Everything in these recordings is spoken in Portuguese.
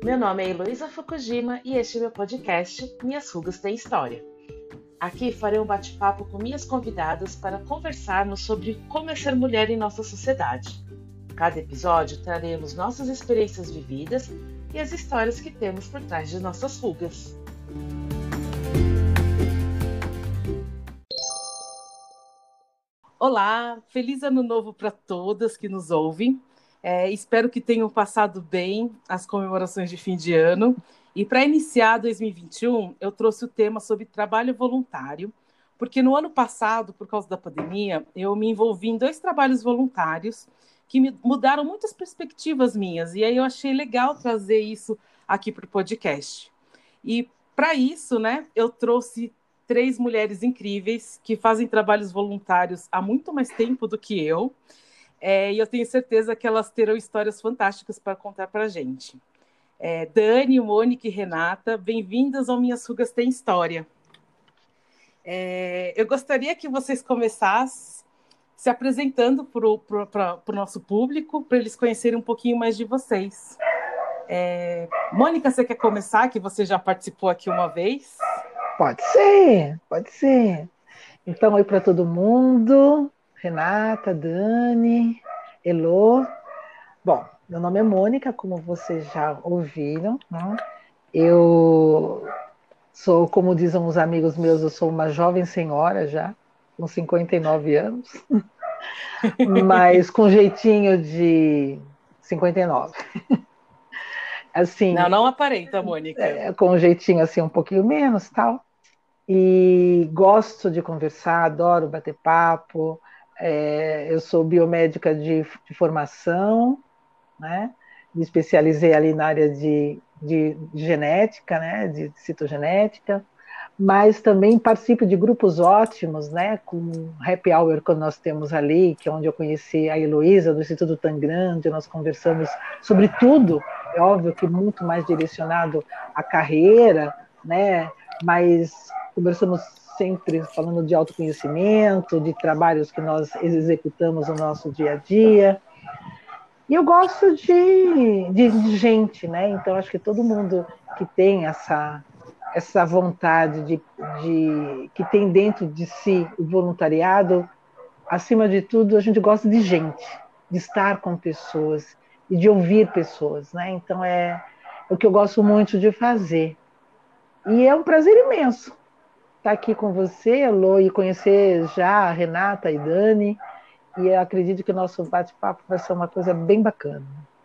Meu nome é Heloísa Fukujima e este é meu podcast Minhas Rugas Têm História. Aqui farei um bate-papo com minhas convidadas para conversarmos sobre como é ser mulher em nossa sociedade. Cada episódio traremos nossas experiências vividas e as histórias que temos por trás de nossas rugas. Olá, feliz ano novo para todas que nos ouvem. Espero que tenham passado bem as comemorações de fim de ano. E para iniciar 2021, eu trouxe o tema sobre trabalho voluntário, porque no ano passado, por causa da pandemia, eu me envolvi em 2 trabalhos voluntários que me mudaram muitas perspectivas minhas. E aí eu achei legal trazer isso aqui para o podcast. E para isso, né, eu trouxe 3 mulheres incríveis que fazem trabalhos voluntários há muito mais tempo do que eu. E eu tenho certeza que elas terão histórias fantásticas para contar para a gente. Dani, Mônica e Renata, bem-vindas ao Minhas Rugas Têm História. Eu gostaria que vocês começassem se apresentando para o nosso público, para eles conhecerem um pouquinho mais de vocês. Mônica, você quer começar, que você já participou aqui uma vez? Pode ser, pode ser. Então, oi para todo mundo. Renata, Dani, Elô. Bom, meu nome é Mônica, como vocês já ouviram, né? Eu sou, como dizem os amigos meus, eu sou uma jovem senhora já, com 59 anos, mas com jeitinho de 59. Assim, Não aparenta, Mônica. com um jeitinho assim um pouquinho menos, tal. E gosto de conversar, adoro bater papo. Eu sou biomédica de formação, né? Me especializei ali na área de genética, né? De citogenética, mas também participo de grupos ótimos, né? Com o Happy Hour que nós temos ali, que é onde eu conheci a Heloísa, do Instituto Tangrande, nós conversamos sobre tudo, é óbvio que muito mais direcionado à carreira, né? Mas conversamos sempre falando de autoconhecimento, de trabalhos que nós executamos no nosso dia a dia. E eu gosto de gente, né? Então acho que todo mundo que tem essa vontade que tem dentro de si o voluntariado, acima de tudo, a gente gosta de gente, de estar com pessoas e de ouvir pessoas, né? Então é o que eu gosto muito de fazer. E é um prazer imenso estar aqui com você, Elô, e conhecer já a Renata e Dani. E eu acredito que o nosso bate-papo vai ser uma coisa bem bacana.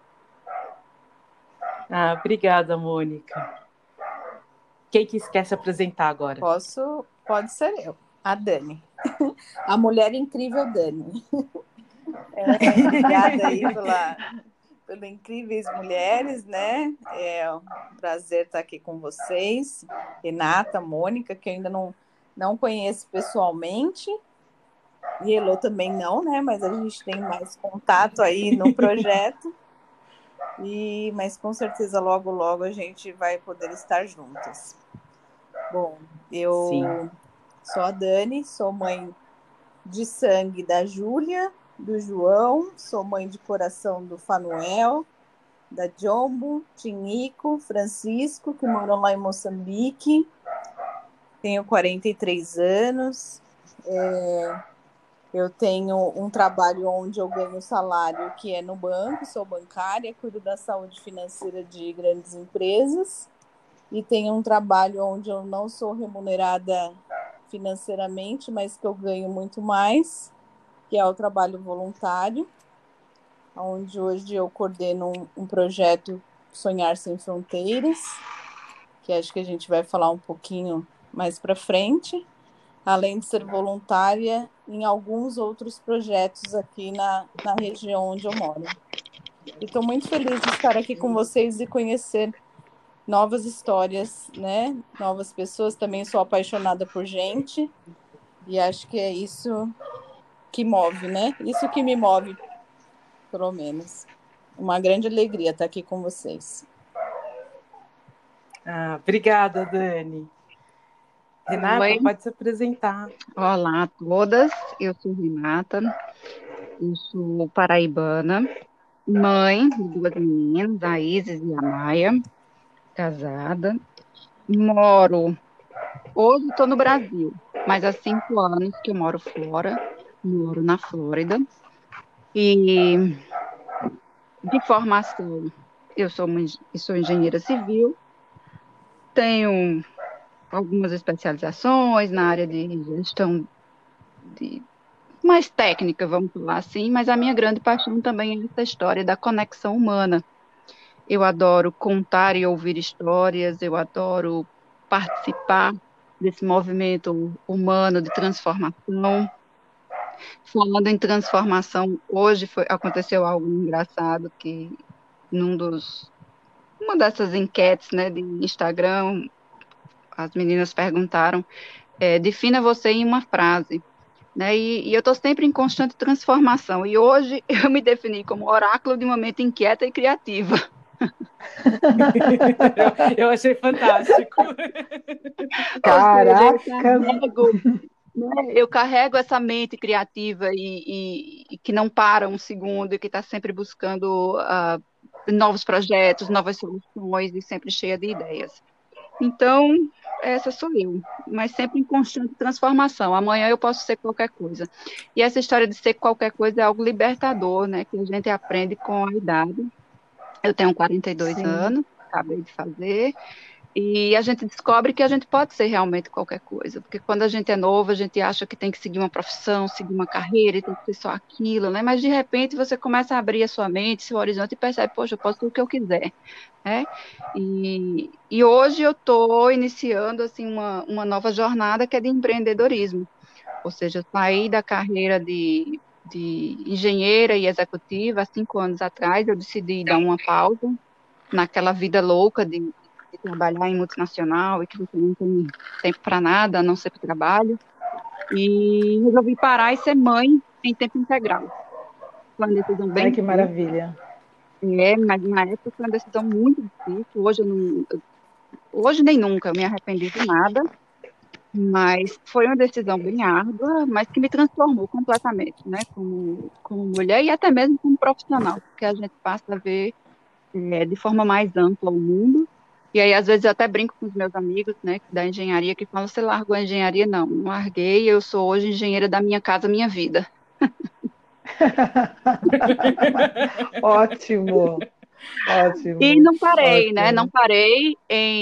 Obrigada, Mônica. Quem que quer se apresentar agora? Pode ser eu, a Dani. A mulher incrível Dani. Obrigada aí pelas incríveis mulheres, né? É um prazer estar aqui com vocês. Renata, Mônica, que eu ainda não conheço pessoalmente. E Elô também não, né? Mas a gente tem mais contato aí no projeto. Mas com certeza logo, logo a gente vai poder estar juntas. Bom, eu sou a Dani, sou mãe de sangue da Júlia, do João, sou mãe de coração do Fanuel, da Jombo, Tinico, Francisco, que moram lá em Moçambique. Tenho 43 anos. Eu tenho um trabalho onde eu ganho salário que é no banco, sou bancária, cuido da saúde financeira de grandes empresas. E tenho um trabalho onde eu não sou remunerada financeiramente, mas que eu ganho muito mais, que é o trabalho voluntário, onde hoje eu coordeno um projeto Sonhar Sem Fronteiras, que acho que a gente vai falar um pouquinho mais para frente, além de ser voluntária em alguns outros projetos aqui na região onde eu moro. E estou muito feliz de estar aqui com vocês e conhecer novas histórias, né? Novas pessoas. Também sou apaixonada por gente e acho que é isso que move, né? Isso que me move, pelo menos. Uma grande alegria estar aqui com vocês. Obrigada, Dani. Renata, pode se apresentar. Olá a todas, eu sou Renata, eu sou paraibana, mãe de 2 meninas, a Isis e a Maia. casada, moro. Hoje estou no Brasil, mas há 5 anos que eu moro fora, moro na Flórida. E de formação, eu sou engenheira civil, tenho algumas especializações na área de gestão mais técnica, vamos falar assim, mas a minha grande paixão também é essa história da conexão humana. Eu adoro contar e ouvir histórias, eu adoro participar desse movimento humano de transformação. Falando em transformação, hoje aconteceu algo engraçado que num dos uma dessas enquetes, né, de Instagram, as meninas perguntaram, defina você em uma frase, né? E eu estou sempre em constante transformação. E hoje eu me defini como oráculo de uma mente inquieta e criativa. Eu achei fantástico. Caraca! Ou seja, eu carrego essa mente criativa e que não para um segundo e que está sempre buscando novos projetos, novas soluções e sempre cheia de ideias. Então, essa sou eu, mas sempre em constante transformação. Amanhã eu posso ser qualquer coisa. E essa história de ser qualquer coisa é algo libertador, né? Que a gente aprende com a idade. Eu tenho 42 Sim. anos, acabei de fazer, e a gente descobre que a gente pode ser realmente qualquer coisa, porque quando a gente é novo, a gente acha que tem que seguir uma profissão, seguir uma carreira, e tem que ser só aquilo, né? Mas de repente você começa a abrir a sua mente, seu horizonte e percebe, poxa, eu posso ser o que eu quiser, né? E hoje eu estou iniciando assim uma nova jornada que é de empreendedorismo, ou seja, eu saí da carreira de engenheira e executiva há 5 anos atrás, eu decidi dar uma pausa naquela vida louca de trabalhar em multinacional e que você não tem tempo para nada, a não ser para o trabalho, e resolvi parar e ser mãe em tempo integral. Foi uma decisão Ai, bem que difícil, maravilha. mas na época foi uma decisão muito difícil. Hoje nem nunca eu me arrependi de nada, mas foi uma decisão bem árdua, mas que me transformou completamente, né, como mulher e até mesmo como profissional, porque a gente passa a ver de forma mais ampla o mundo. E aí, às vezes, eu até brinco com os meus amigos, né, da engenharia, que falam, você largou a engenharia? Não, não larguei, eu sou hoje engenheira da minha casa, minha vida. Ótimo, E ótimo, não parei, né, não ótimo. parei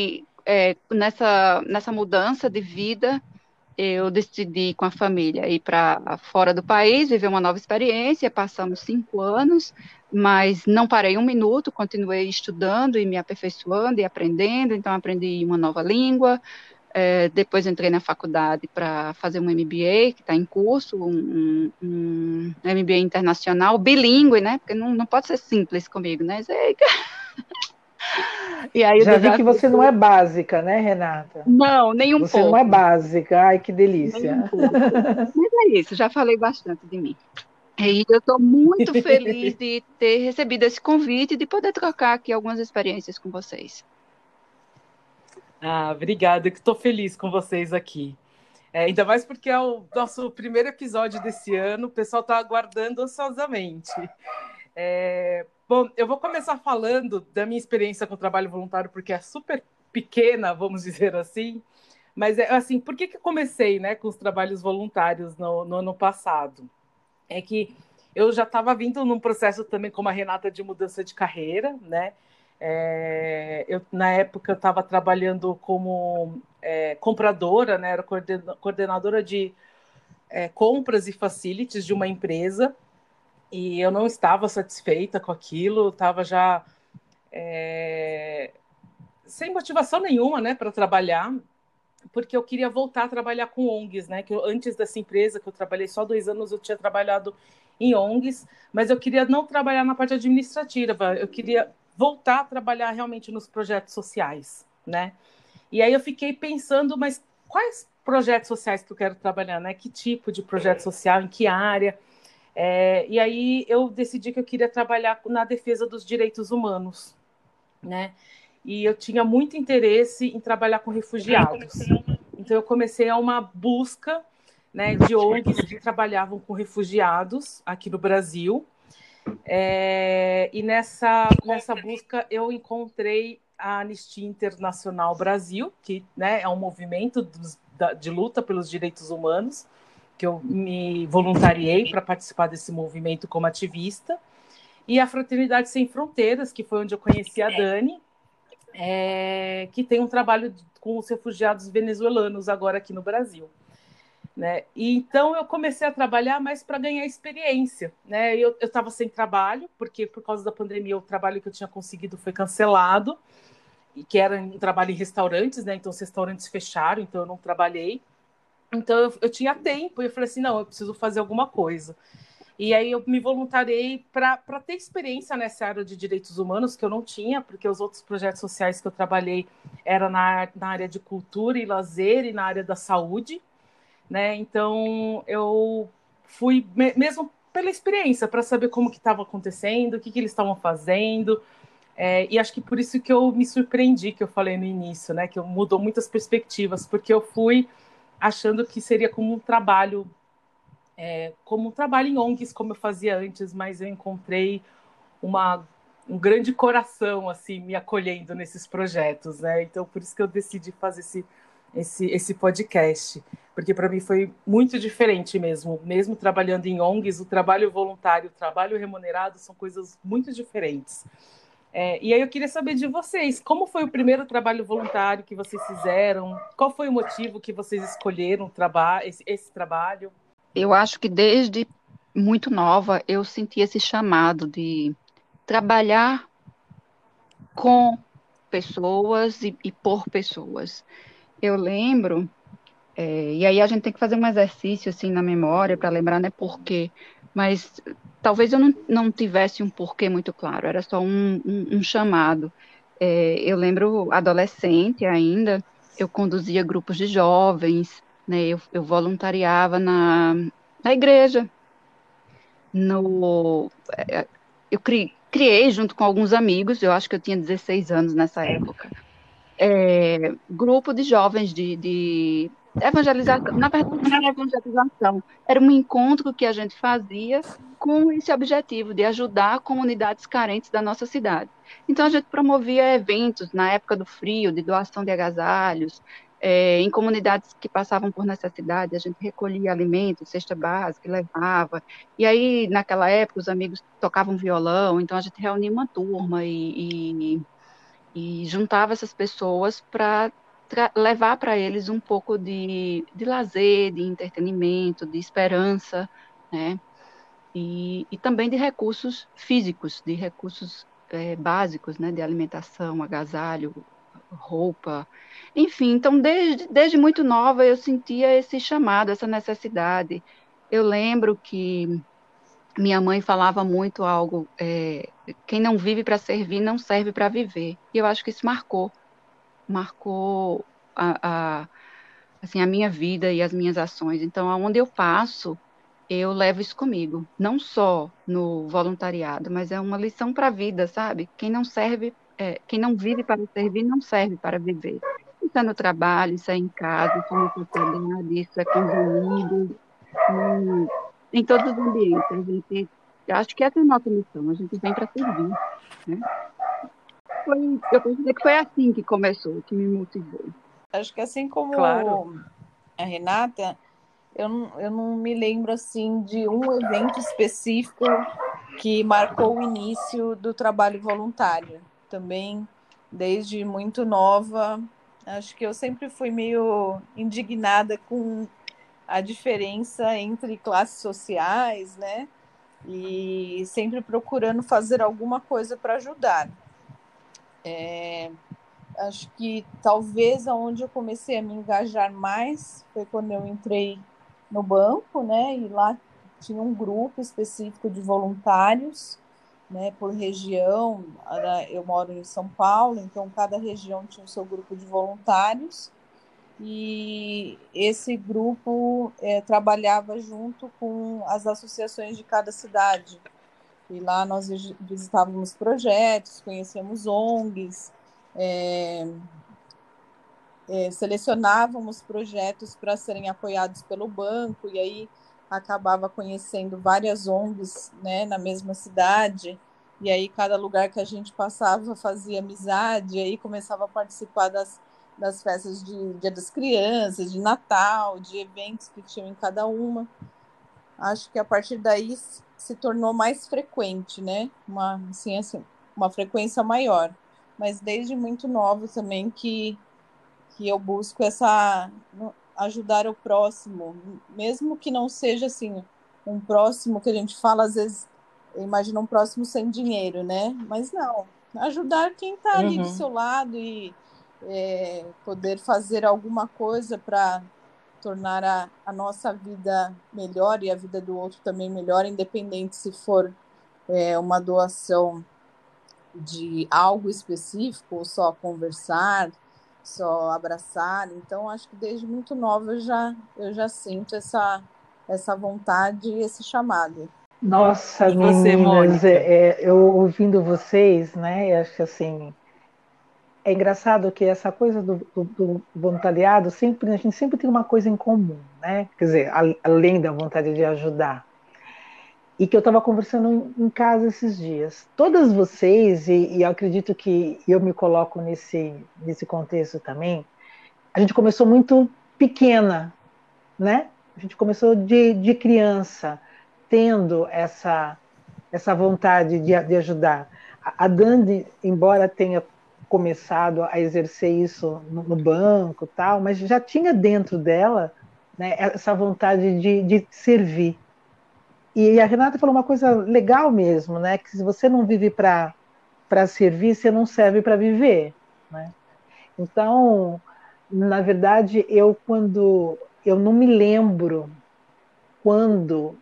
nessa mudança de vida. Eu decidi com a família ir para fora do país, viver uma nova experiência. Passamos 5 anos, mas não parei um minuto, continuei estudando e me aperfeiçoando e aprendendo. Então, aprendi uma nova língua. Depois entrei na faculdade para fazer um MBA, que está em curso, um MBA internacional, bilíngue, né? Porque não pode ser simples comigo, né? E aí o Já vi que desafio você não é básica, né, Renata? não, nem um Você não é pouco, básica. Ai, que nem um delícia. pouco. Mas é isso, já falei bastante de mim. E eu estou muito feliz de ter recebido esse convite e de poder trocar aqui algumas experiências com vocês. Obrigada, que estou feliz com vocês aqui. Ainda mais porque é o nosso primeiro episódio desse ano, o pessoal está aguardando ansiosamente. Bom, eu vou começar falando da minha experiência com o trabalho voluntário, porque é super pequena, vamos dizer assim. Mas, assim, por que eu comecei, né, com os trabalhos voluntários no ano passado? É que eu já estava vindo num processo também, como a Renata, de mudança de carreira, né? Na época, eu estava trabalhando como compradora, né? Era coordenadora de compras e facilities de uma empresa, e eu não estava satisfeita com aquilo, estava já sem motivação nenhuma, né, para trabalhar, porque eu queria voltar a trabalhar com ONGs, né? Que antes dessa empresa, que eu trabalhei só 2 anos, eu tinha trabalhado em ONGs, mas eu queria não trabalhar na parte administrativa, eu queria voltar a trabalhar realmente nos projetos sociais, né? E aí eu fiquei pensando, mas quais projetos sociais que eu quero trabalhar, né? Que tipo de projeto social, em que área? E aí eu decidi que eu queria trabalhar na defesa dos direitos humanos, né? E eu tinha muito interesse em trabalhar com refugiados. Então eu comecei a uma busca, né, de ONGs que trabalhavam com refugiados aqui no Brasil. E nessa busca eu encontrei a Anistia Internacional Brasil, que, né, é um movimento de luta pelos direitos humanos, que eu me voluntariei para participar desse movimento como ativista, e a Fraternidade Sem Fronteiras, que foi onde eu conheci a Dani, que tem um trabalho com os refugiados venezuelanos agora aqui no Brasil. Né? E então eu comecei a trabalhar mais para ganhar experiência. Né? Eu estava sem trabalho, porque por causa da pandemia o trabalho que eu tinha conseguido foi cancelado, e que era um trabalho em restaurantes, né? Então os restaurantes fecharam, então eu não trabalhei. Então eu tinha tempo e eu falei assim, não, eu preciso fazer alguma coisa. E aí eu me voluntariei para ter experiência nessa área de direitos humanos, que eu não tinha, porque os outros projetos sociais que eu trabalhei eram na área de cultura e lazer e na área da saúde. Né? Então eu fui mesmo pela experiência, para saber como que estava acontecendo, o que eles estavam fazendo, e acho que por isso que eu me surpreendi, que eu falei no início, né? Que mudou muitas perspectivas, porque eu fui achando que seria como um trabalho em ONGs, como eu fazia antes, mas eu encontrei um grande coração assim me acolhendo nesses projetos, né? Então por isso que eu decidi fazer esse podcast, porque para mim foi muito diferente mesmo trabalhando em ONGs, o trabalho voluntário, o trabalho remunerado são coisas muito diferentes. E aí eu queria saber de vocês, como foi o primeiro trabalho voluntário que vocês fizeram? Qual foi o motivo que vocês escolheram esse trabalho? Eu acho que desde muito nova eu senti esse chamado de trabalhar com pessoas e por pessoas. Eu lembro, e aí a gente tem que fazer um exercício assim na memória para lembrar, né, por quê. Mas talvez eu não tivesse um porquê muito claro, era só um chamado. Eu lembro, adolescente ainda, eu conduzia grupos de jovens, né, eu voluntariava na igreja, no, eu criei junto com alguns amigos, eu acho que eu tinha 16 anos nessa época, grupo de jovens de evangelização. Na verdade, não era evangelização, era um encontro que a gente fazia com esse objetivo de ajudar comunidades carentes da nossa cidade. Então, a gente promovia eventos na época do frio, de doação de agasalhos, em comunidades que passavam por necessidade, a gente recolhia alimentos, cesta básica, e levava. E aí, naquela época, os amigos tocavam violão, então a gente reunia uma turma e juntava essas pessoas para levar para eles um pouco de lazer, de entretenimento, de esperança, né? E também de recursos físicos, de recursos básicos, né? De alimentação, agasalho, roupa, enfim. Então, desde muito nova, eu sentia esse chamado, essa necessidade. Eu lembro que minha mãe falava muito algo, quem não vive para servir não serve para viver. E eu acho que isso marcou assim, a minha vida e as minhas ações. Então, aonde eu passo, eu levo isso comigo, não só no voluntariado, mas é uma lição para a vida, sabe? Quem não vive para servir, não serve para viver. Isso é no trabalho, isso é em casa, isso é na sociedade, isso é com os amigos, em todos os ambientes. Eu acho que essa é a nossa missão, a gente vem para servir, né? Eu posso dizer que foi assim que começou, que me motivou. Acho que assim como Claro. a Renata, eu não me lembro assim de um evento específico que marcou o início do trabalho voluntário. Também, desde muito nova, acho que eu sempre fui meio indignada com a diferença entre classes sociais, né? E sempre procurando fazer alguma coisa para ajudar. Acho que talvez aonde eu comecei a me engajar mais foi quando eu entrei no banco, né? E lá tinha um grupo específico de voluntários, né? Por região. Eu moro em São Paulo, então cada região tinha o seu grupo de voluntários. E esse grupo trabalhava junto com as associações de cada cidade. E lá nós visitávamos projetos, conhecíamos ONGs, selecionávamos projetos para serem apoiados pelo banco, e aí acabava conhecendo várias ONGs, né, na mesma cidade, E aí cada lugar que a gente passava fazia amizade, e aí começava a participar das festas de Dia das Crianças, de Natal, de eventos que tinham em cada uma. Acho que a partir daí se tornou mais frequente, né? Uma frequência maior. Mas desde muito nova também que eu busco ajudar o próximo, mesmo que não seja assim um próximo que a gente fala, às vezes imagina um próximo sem dinheiro, né? Mas não, ajudar quem está ali do seu lado e poder fazer alguma coisa para tornar a nossa vida melhor e a vida do outro também melhor, independente se for uma doação de algo específico, ou só conversar, só abraçar. Então, acho que desde muito nova eu já sinto essa vontade e esse chamado. Nossa, E você, meninas, Mônica? eu ouvindo vocês, né, acho que assim, é engraçado que essa coisa do voluntariado, a gente sempre tem uma coisa em comum, né, quer dizer, além da vontade de ajudar. E que eu estava conversando em casa esses dias. Todas vocês, e eu acredito que eu me coloco nesse contexto também, a gente começou muito pequena, né? A gente começou de criança, tendo essa vontade de ajudar. A Dani, embora tenha começado a exercer isso no banco, tal, mas já tinha dentro dela, né, essa vontade de servir. E a Renata falou uma coisa legal mesmo, né? Que se você não vive para servir, você não serve para viver, né? Então, na verdade, eu não me lembro quando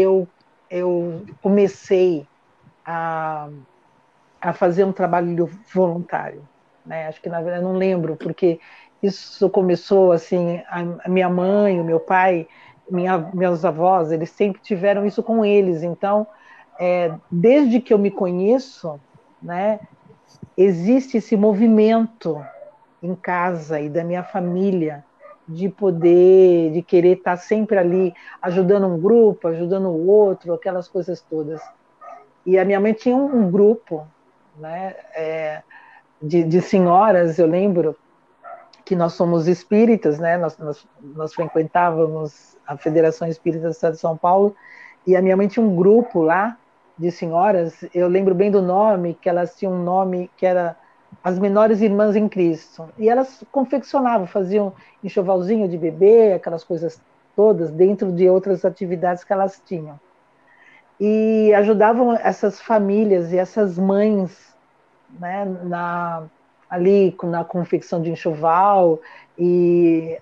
eu comecei a, a fazer um trabalho voluntário, né? Acho que na verdade eu não lembro, porque isso começou assim, a minha mãe, o meu pai, meus avós, eles sempre tiveram isso com eles. Então, desde que eu me conheço, né, existe esse movimento em casa e da minha família de querer estar sempre ali ajudando um grupo, ajudando o outro, aquelas coisas todas. E a minha mãe tinha um grupo, né, de senhoras, eu lembro que nós somos espíritas, né, nós frequentávamos a Federação Espírita do Estado de São Paulo, e a minha mãe tinha um grupo lá de senhoras, eu lembro bem do nome, que elas tinham um nome que era As Menores Irmãs em Cristo, e elas confeccionavam, faziam enxovalzinho de bebê, aquelas coisas todas, dentro de outras atividades que elas tinham. E ajudavam essas famílias e essas mães, né, ali na confecção de enxoval, e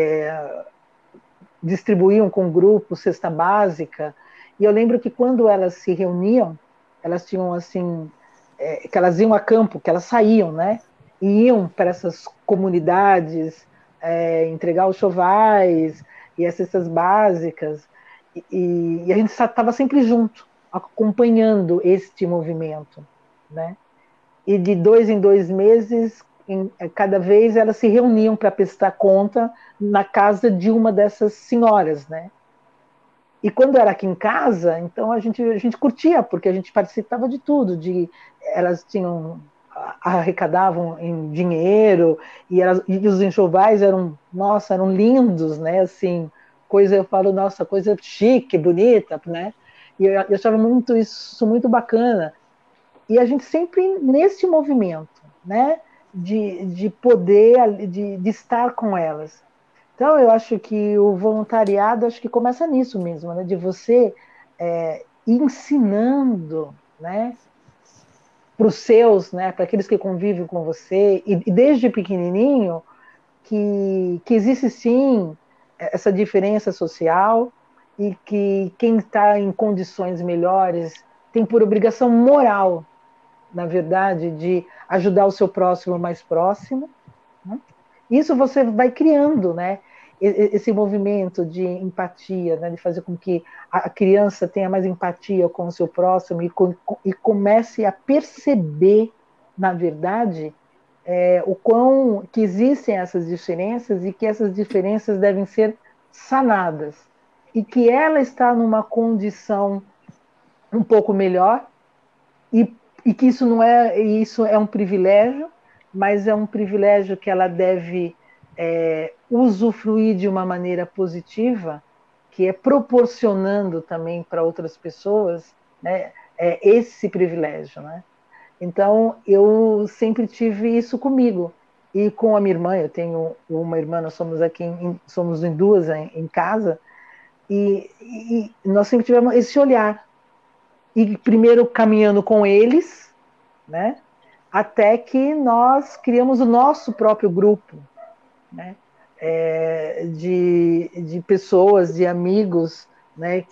distribuíam com grupos cesta básica. E eu lembro que quando elas se reuniam, elas tinham assim, que elas iam a campo, que elas saíam, né? E iam para essas comunidades entregar os chovais e as cestas básicas. E a gente estava sempre junto, acompanhando este movimento, né? E de 2 em 2 meses, cada vez elas se reuniam para prestar conta na casa de uma dessas senhoras, né? E quando era aqui em casa, então a gente curtia, porque a gente participava de tudo, elas tinham arrecadavam em dinheiro e os enxovais eram, nossa, eram lindos, né? Assim, coisa eu falo, nossa, coisa chique, bonita, né? E eu achava isso muito bacana. E a gente sempre nesse movimento, né? De poder, de estar com elas. Então, eu acho que o voluntariado, acho que começa nisso mesmo, né? De você ir ensinando, né? Para os seus, né? Para aqueles que convivem com você, e desde pequenininho, que existe sim essa diferença social e que quem está em condições melhores tem por obrigação moral, na verdade, de ajudar o seu próximo mais próximo, né? Isso você vai criando, né? Esse movimento de empatia, né? De fazer com que a criança tenha mais empatia com o seu próximo e comece a perceber, na verdade, o quão que existem essas diferenças e que essas diferenças devem ser sanadas e que ela está numa condição um pouco melhor e e que isso é um privilégio, mas é um privilégio que ela deve usufruir de uma maneira positiva, que é proporcionando também para outras pessoas, né, esse privilégio, né? Então, eu sempre tive isso comigo. E com a minha irmã, eu tenho uma irmã, nós somos aqui, somos em duas em casa, e nós sempre tivemos esse olhar. E primeiro caminhando com eles, né? Até que nós criamos o nosso próprio grupo, né? De pessoas, de amigos, né?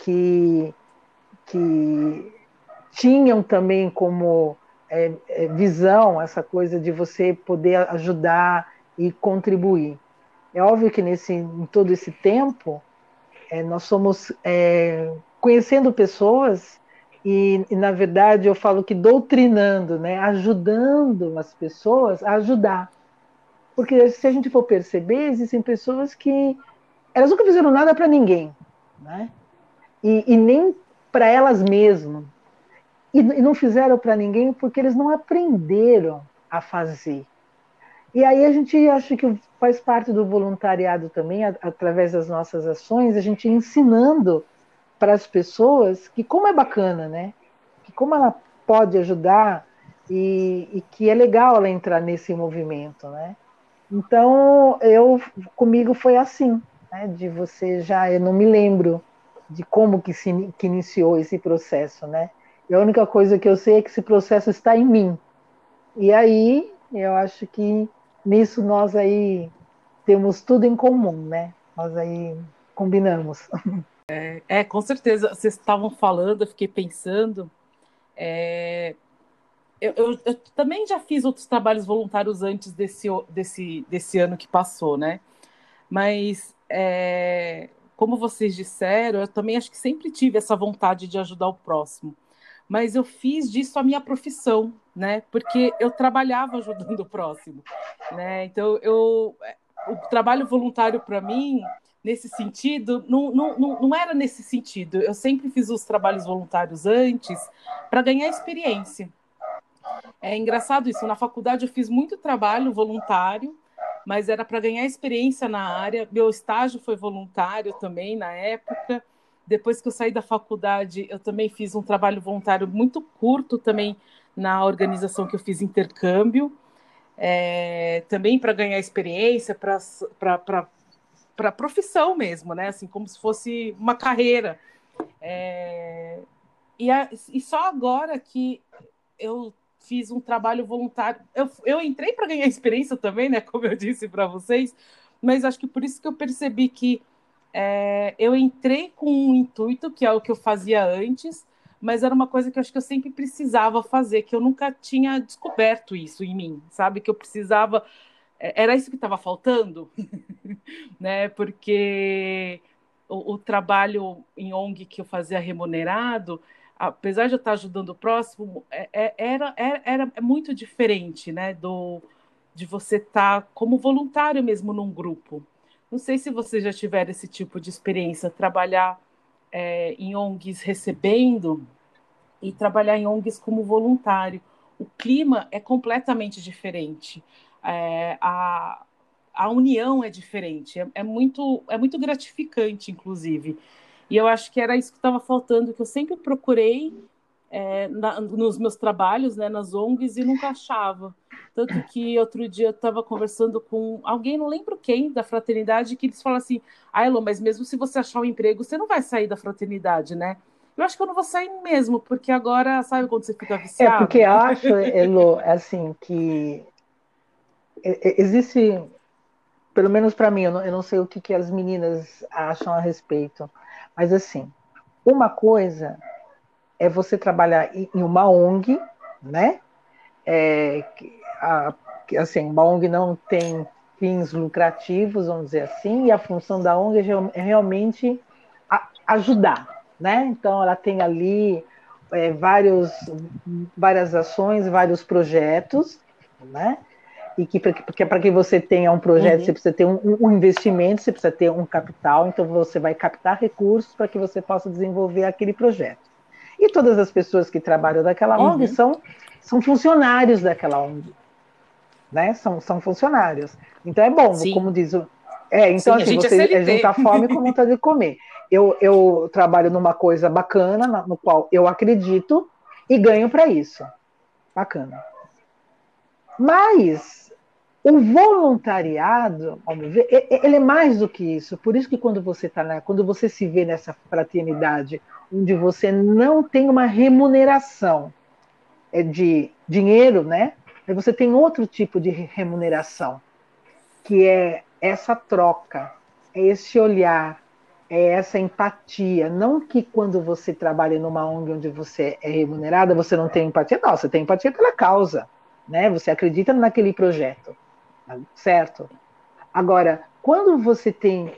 Que tinham também como visão essa coisa de você poder ajudar e contribuir. É óbvio que em todo esse tempo nós somos conhecendo pessoas e, na verdade, eu falo que doutrinando, né, ajudando as pessoas a ajudar. Porque se a gente for perceber, existem pessoas que elas nunca fizeram nada para ninguém, né? E nem para elas mesmas. E não fizeram para ninguém porque eles não aprenderam a fazer. E aí a gente acha que faz parte do voluntariado também, através das nossas ações, a gente ensinando para as pessoas que como é bacana, né? Que como ela pode ajudar e que é legal ela entrar nesse movimento, né? Então, comigo foi assim, né? De você eu não me lembro de como que iniciou esse processo, né? E a única coisa que eu sei é que esse processo está em mim. E aí, eu acho que nisso nós aí temos tudo em comum, né? Nós aí combinamos. Com certeza. Vocês estavam falando, eu fiquei pensando. Eu também já fiz outros trabalhos voluntários antes desse ano que passou, né? Mas, como vocês disseram, eu também acho que sempre tive essa vontade de ajudar o próximo. Mas eu fiz disso a minha profissão, né? Porque eu trabalhava ajudando o próximo, né? Então, o trabalho voluntário para mim, nesse sentido, não era nesse sentido. Eu sempre fiz os trabalhos voluntários antes para ganhar experiência. É engraçado isso. Na faculdade eu fiz muito trabalho voluntário, mas era para ganhar experiência na área. Meu estágio foi voluntário também na época. Depois que eu saí da faculdade, eu também fiz um trabalho voluntário muito curto também na organização que eu fiz intercâmbio, também para ganhar experiência, para a profissão mesmo, né? Assim, como se fosse uma carreira. E só agora que eu fiz um trabalho voluntário. Eu entrei para ganhar experiência também, né? Como eu disse para vocês, mas acho que por isso que eu percebi que eu entrei com um intuito, que é o que eu fazia antes, mas era uma coisa que eu acho que eu sempre precisava fazer, que eu nunca tinha descoberto isso em mim, sabe? Que eu precisava. Era isso que estava faltando, né? Porque o trabalho em ONG que eu fazia remunerado, apesar de eu estar ajudando o próximo, era muito diferente, né? De você estar como voluntário mesmo num grupo. Não sei se vocês já tiveram esse tipo de experiência, trabalhar em ONGs recebendo e trabalhar em ONGs como voluntário. O clima é completamente diferente. A união é diferente, é muito gratificante, inclusive. E eu acho que era isso que estava faltando, que eu sempre procurei nos meus trabalhos, né, nas ONGs, e nunca achava. Tanto que outro dia eu estava conversando com alguém, não lembro quem, da fraternidade, que eles falam assim: Elô, mas mesmo se você achar um emprego, você não vai sair da fraternidade, né? Eu acho que eu não vou sair mesmo, porque agora, sabe quando você fica Porque viciado? eu acho, Elo, assim, que existe, pelo menos para mim, eu não sei o que as meninas acham a respeito, mas assim, uma coisa é você trabalhar em uma ONG, né? Assim, uma ONG não tem fins lucrativos, vamos dizer assim, e a função da ONG é realmente ajudar, né? Então, ela tem ali várias ações, vários projetos, né? E que para que você tenha um projeto, você Uhum. precisa ter um investimento, você precisa ter um capital, então você vai captar recursos para que você possa desenvolver aquele projeto. E todas as pessoas que trabalham daquela ONG Uhum. são funcionários daquela ONG, né? São funcionários. Então é bom, como Sim, diz o. Então sim, a assim, gente é você CLT. junta fome com vontade de comer. Eu trabalho numa coisa bacana, no qual eu acredito e ganho para isso. Bacana. Mas o voluntariado, ao meu ver, ele é mais do que isso. Por isso que quando você se vê nessa fraternidade, onde você não tem uma remuneração de dinheiro, né? Aí você tem outro tipo de remuneração, que é essa troca, é esse olhar, é essa empatia. Não que quando você trabalha numa ONG onde você é remunerada, você não tem empatia, não, você tem empatia pela causa, né? Você acredita naquele projeto, certo? Agora, quando você tem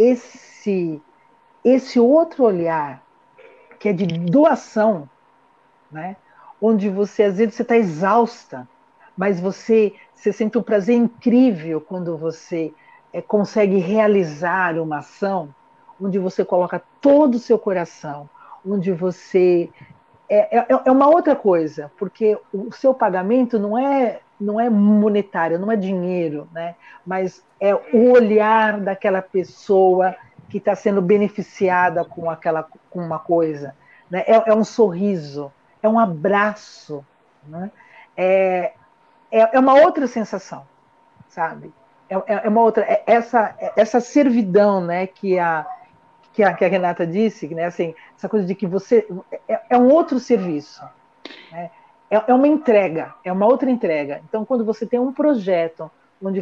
esse outro olhar, que é de doação, né? Onde você às vezes você está exausta, mas você sente um prazer incrível quando você consegue realizar uma ação, onde você coloca todo o seu coração, onde você é uma outra coisa, porque o seu pagamento não é monetário, não é dinheiro, né? Mas é o olhar daquela pessoa que está sendo beneficiada com uma coisa, né? É um sorriso, é um abraço, né? É, é uma outra sensação, sabe? É uma outra, essa servidão, né? Que a Renata disse, né? Assim, essa coisa de que você é um outro serviço, né? É uma entrega, é uma outra entrega. Então, quando você tem um projeto onde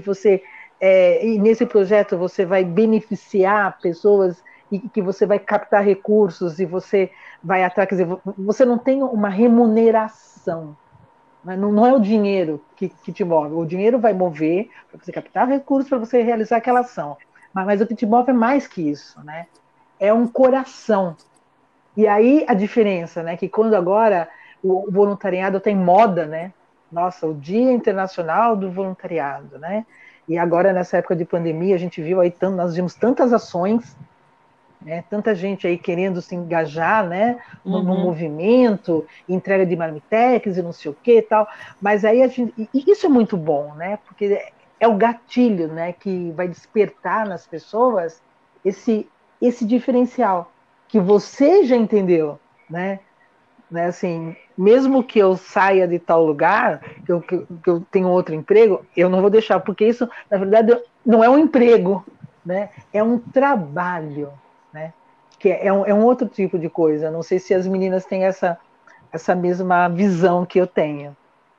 e nesse projeto você vai beneficiar pessoas e que você vai captar recursos e você vai atrás, quer dizer, você não tem uma remuneração, né? Não é o dinheiro que te move, o dinheiro vai mover para você captar recursos para você realizar aquela ação. Mas o que te move é mais que isso, né? É um coração. E aí a diferença, né? Que quando agora o voluntariado tem moda, né? Nossa, o Dia Internacional do Voluntariado, né? E agora, nessa época de pandemia, a gente viu aí, nós vimos tantas ações, né? Tanta gente aí querendo se engajar, né? No Uhum. movimento, entrega de marmitex e não sei o que e tal. Mas aí e isso é muito bom, né? Porque é o gatilho, né? Que vai despertar nas pessoas esse, esse diferencial que você já entendeu, né? Assim, mesmo que eu saia de tal lugar, que eu tenho outro emprego, eu não vou deixar, porque isso, na verdade, não é um emprego, né? É um trabalho, né? Que é um outro tipo de coisa. Não sei se as meninas têm essa mesma visão que eu tenho.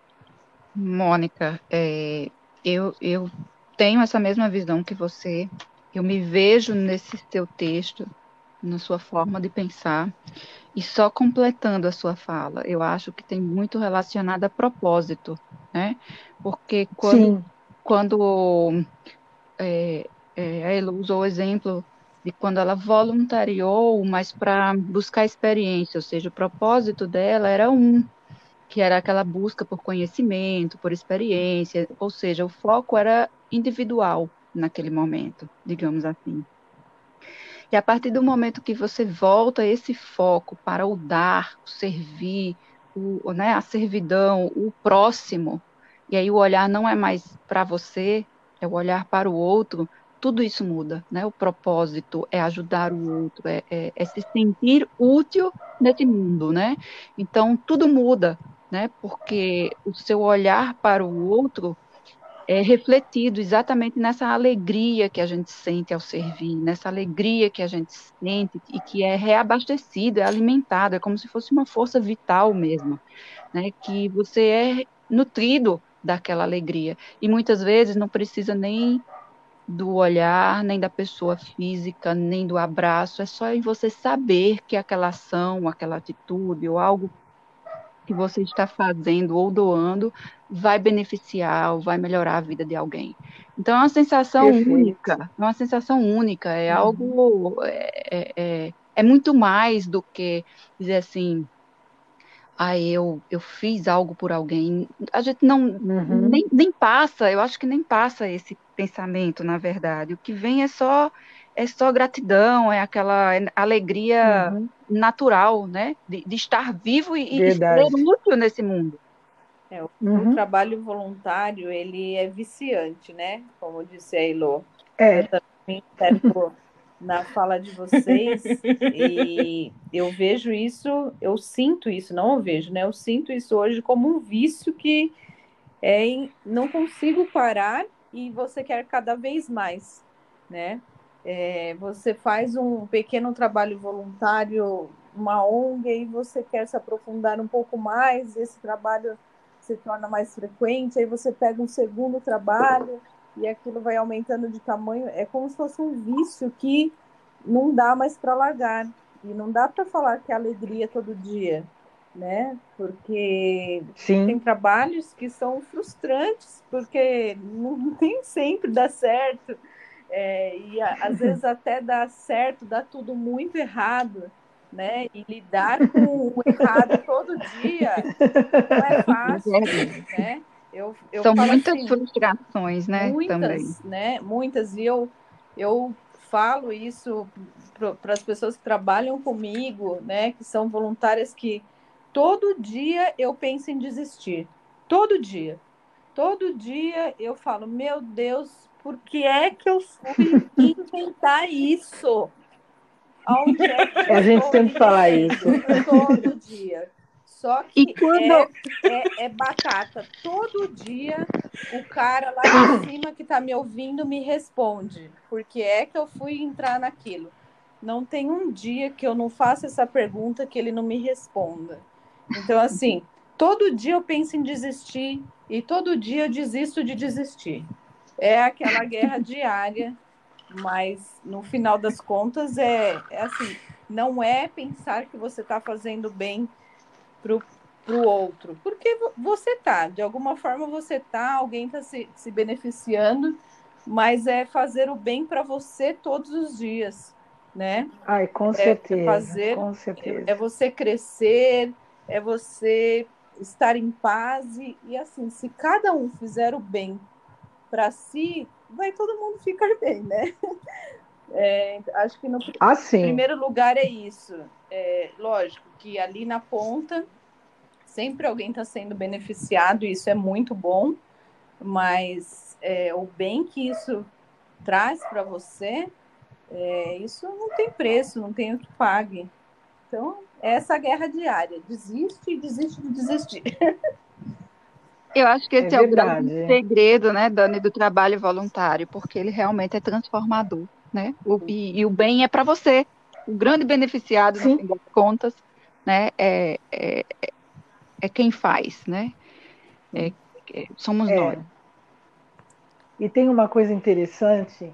Mônica, eu tenho essa mesma visão que você. Eu me vejo nesse seu texto, na sua forma de pensar. E só completando a sua fala, eu acho que tem muito relacionado a propósito, né? Porque Sim, quando a Elo usou o exemplo de quando ela voluntariou, mas para buscar experiência, ou seja, o propósito dela era que era aquela busca por conhecimento, por experiência, ou seja, o foco era individual naquele momento, digamos assim. E a partir do momento que você volta esse foco para o dar, o servir, né, a servidão, o próximo, e aí o olhar não é mais para você, é o olhar para o outro, tudo isso muda, né? O propósito é ajudar o outro, é se sentir útil nesse mundo, né? Então, tudo muda, né? Porque o seu olhar para o outro é refletido exatamente nessa alegria que a gente sente ao servir, nessa alegria que a gente sente e que é reabastecido, é alimentado, é como se fosse uma força vital mesmo, né? Que você é nutrido daquela alegria. E muitas vezes não precisa nem do olhar, nem da pessoa física, nem do abraço, é só em você saber que aquela ação, aquela atitude ou algo que você está fazendo ou doando vai beneficiar ou vai melhorar a vida de alguém. Então, é uma sensação única, perfeito. é Uhum, algo, é muito mais do que dizer assim, eu fiz algo por alguém. A gente não, uhum, nem passa, eu acho que nem passa esse pensamento, na verdade. O que vem é só gratidão, é aquela alegria uhum. natural, né? De estar vivo e ser Verdade. útil nesse mundo. O trabalho voluntário, ele é viciante, né? Como disse a Ilô. É. Eu também perco na fala de vocês e eu vejo isso, eu sinto isso, não eu vejo, né? Eu sinto isso hoje como um vício que não consigo parar e você quer cada vez mais, né? Você faz um pequeno trabalho voluntário, uma ONG, e você quer se aprofundar um pouco mais, esse trabalho se torna mais frequente, aí você pega um segundo trabalho e aquilo vai aumentando de tamanho, é como se fosse um vício que não dá mais para largar, e não dá para falar que é alegria todo dia, né? Porque tem trabalhos que são frustrantes, porque não tem sempre dá certo, e às vezes até dá certo, dá tudo muito errado, né? E lidar com o errado todo dia não é fácil, né? São falo muitas assim, frustrações, né? Também. muitas, né? Muitas, e eu falo isso para as pessoas que trabalham comigo, né? Que são voluntárias, que todo dia eu penso em desistir, todo dia. Todo dia eu falo, meu Deus, por que é que eu fui inventar isso? Aonde é que eu A gente estou me sempre fala isso. metendo todo dia? Só E que quando é batata. Todo dia o cara lá de cima que está me ouvindo me responde. Por que é que eu fui entrar naquilo? Não tem um dia que eu não faça essa pergunta que ele não me responda. Então, assim, todo dia eu penso em desistir e todo dia eu desisto de desistir. É aquela guerra diária, mas no final das contas é assim, não é pensar que você está fazendo bem para o outro, porque você tá, de alguma forma você tá, alguém está se beneficiando, mas é fazer o bem para você todos os dias, né? Ai, com É certeza, fazer, com certeza. é você crescer, é você estar em paz e assim, se cada um fizer o bem para si, vai todo mundo ficar bem, né? Acho que no Sim. primeiro lugar é isso. Lógico que ali na ponta sempre alguém está sendo beneficiado, e isso é muito bom, mas o bem que isso traz para você, isso não tem preço, não tem o que pague. Então, é essa guerra diária. Desiste e desiste de desistir. eu acho que esse é o grande verdade. segredo, né, Dani, do trabalho voluntário, porque ele realmente é transformador, né? E o bem é para você. O grande beneficiado, no Sim. fim das contas, né, é quem faz, né? Somos nós. E tem uma coisa interessante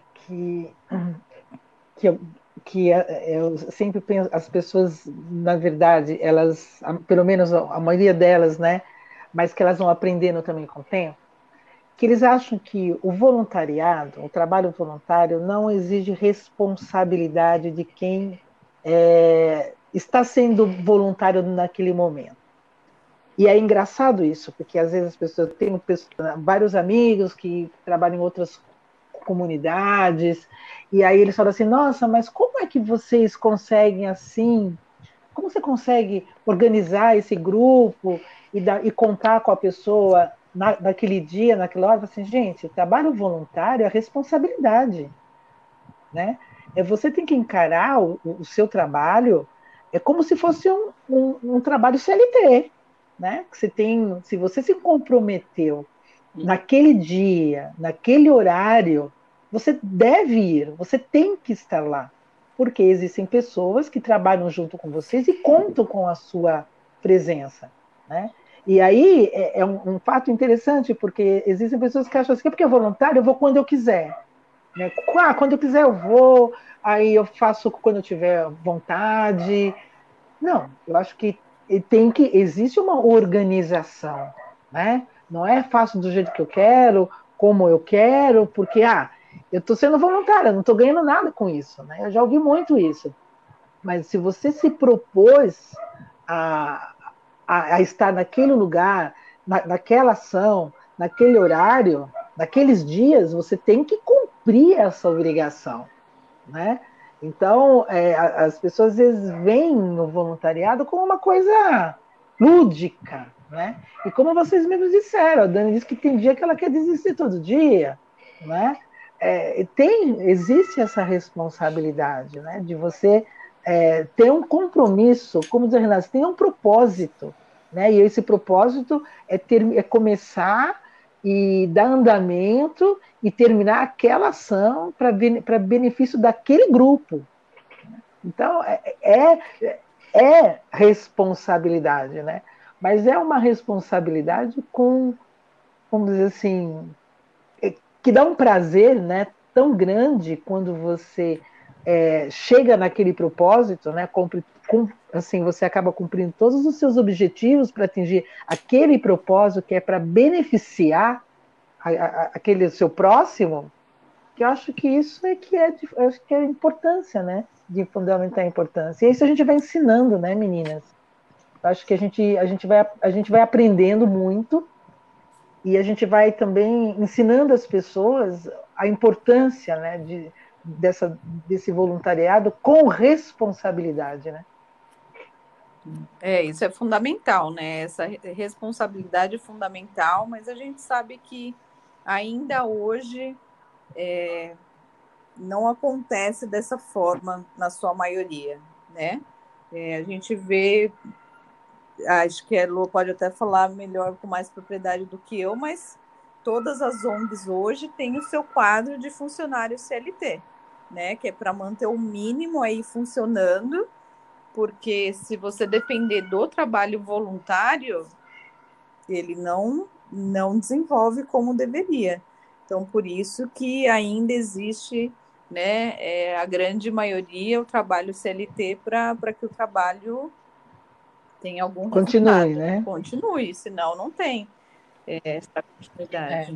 que, eu, eu sempre penso, as pessoas, na verdade, elas, pelo menos a maioria delas, né, mas que elas vão aprendendo também com o tempo, que eles acham que o voluntariado, o trabalho voluntário, não exige responsabilidade de quem está sendo voluntário naquele momento. E é engraçado isso, porque às vezes as pessoas têm vários amigos que trabalham em outras comunidades, e aí eles falam assim: nossa, mas como é que vocês conseguem assim? Como você consegue organizar esse grupo e contar com a pessoa naquele dia, naquela hora? Assim, gente, trabalho voluntário é responsabilidade, né? Você tem que encarar o seu trabalho como se fosse um trabalho CLT, né? Que você tem, se você se comprometeu naquele dia, naquele horário, você deve ir, você tem que estar lá, porque existem pessoas que trabalham junto com vocês e contam com a sua presença, né? E aí é um fato interessante, porque existem pessoas que acham assim, porque é voluntário, eu vou quando eu quiser. Né? Quando eu quiser eu vou, aí eu faço quando eu tiver vontade. Não, eu acho que existe uma organização, né? Não é fácil do jeito que eu quero, como eu quero, porque eu estou sendo voluntária, não estou ganhando nada com isso, né? Eu já ouvi muito isso. Mas se você se propôs a, a estar naquele lugar, naquela ação, naquele horário, naqueles dias, você tem que cumprir essa obrigação, né? Então, as pessoas às vezes veem o voluntariado como uma coisa lúdica, né? E como vocês mesmos disseram, a Dani disse que tem dia que ela quer desistir todo dia, né? Existe essa responsabilidade, né? De você ter um compromisso, como diz a Renata, tem um propósito, né? E esse propósito é começar e dar andamento e terminar aquela ação para benefício daquele grupo. Então, é responsabilidade, né? Mas é uma responsabilidade com, vamos dizer assim, que dá um prazer, né, tão grande quando você chega naquele propósito, né, assim, você acaba cumprindo todos os seus objetivos para atingir aquele propósito que é para beneficiar aquele seu próximo, que eu acho que isso eu acho que é a importância, né, de fundamentar a importância. E isso a gente vai ensinando, né, meninas? Eu acho que a gente vai aprendendo muito e a gente vai também ensinando as pessoas a importância, né, desse voluntariado com responsabilidade, né? Isso é fundamental, né? Essa responsabilidade é fundamental, mas a gente sabe que ainda hoje não acontece dessa forma na sua maioria, né? A gente vê, acho que a Lu pode até falar melhor com mais propriedade do que eu, mas todas as ONGs hoje têm o seu quadro de funcionário CLT, né? Que é para manter o mínimo aí funcionando, porque se você depender do trabalho voluntário, ele não desenvolve como deveria. Então, por isso que ainda existe, né, a grande maioria, o trabalho CLT para que o trabalho tenha algum Continue, resultado. né? Continue, senão não tem essa continuidade.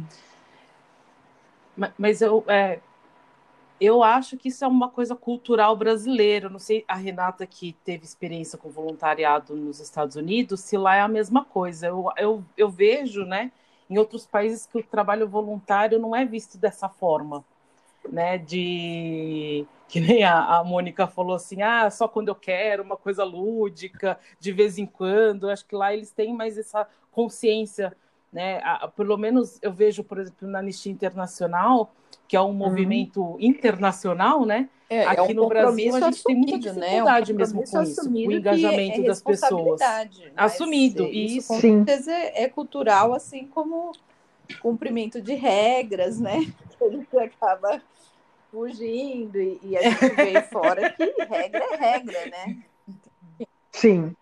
Mas eu acho que isso é uma coisa cultural brasileira. Eu não sei, a Renata, que teve experiência com voluntariado nos Estados Unidos, se lá é a mesma coisa. Eu vejo, né, em outros países que o trabalho voluntário não é visto dessa forma, né? Que nem a Mônica falou assim, só quando eu quero, uma coisa lúdica, de vez em quando. Eu acho que lá eles têm mais essa consciência, né? Pelo menos eu vejo, por exemplo, na Anistia Internacional, que é um movimento internacional, né? Aqui um no Brasil a compromisso gente tem muita assumido, né? Um dificuldade mesmo compromisso com isso, o assumido que é engajamento das pessoas. responsabilidade. Assumido, isso com Sim. certeza é cultural, assim como cumprimento de regras, né? Que a gente acaba fugindo e a gente vê fora que regra é regra, né? Sim.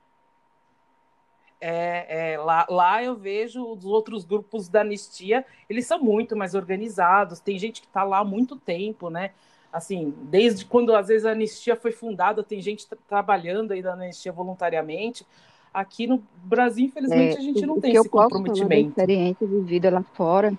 Lá eu vejo os outros grupos da Anistia, eles são muito mais organizados, tem gente que está lá há muito tempo, né? Assim, desde quando às vezes a Anistia foi fundada, tem gente trabalhando aí na Anistia voluntariamente. Aqui no Brasil, infelizmente, a gente não O tem que eu esse posso falar da comprometimento. experiência vivida lá fora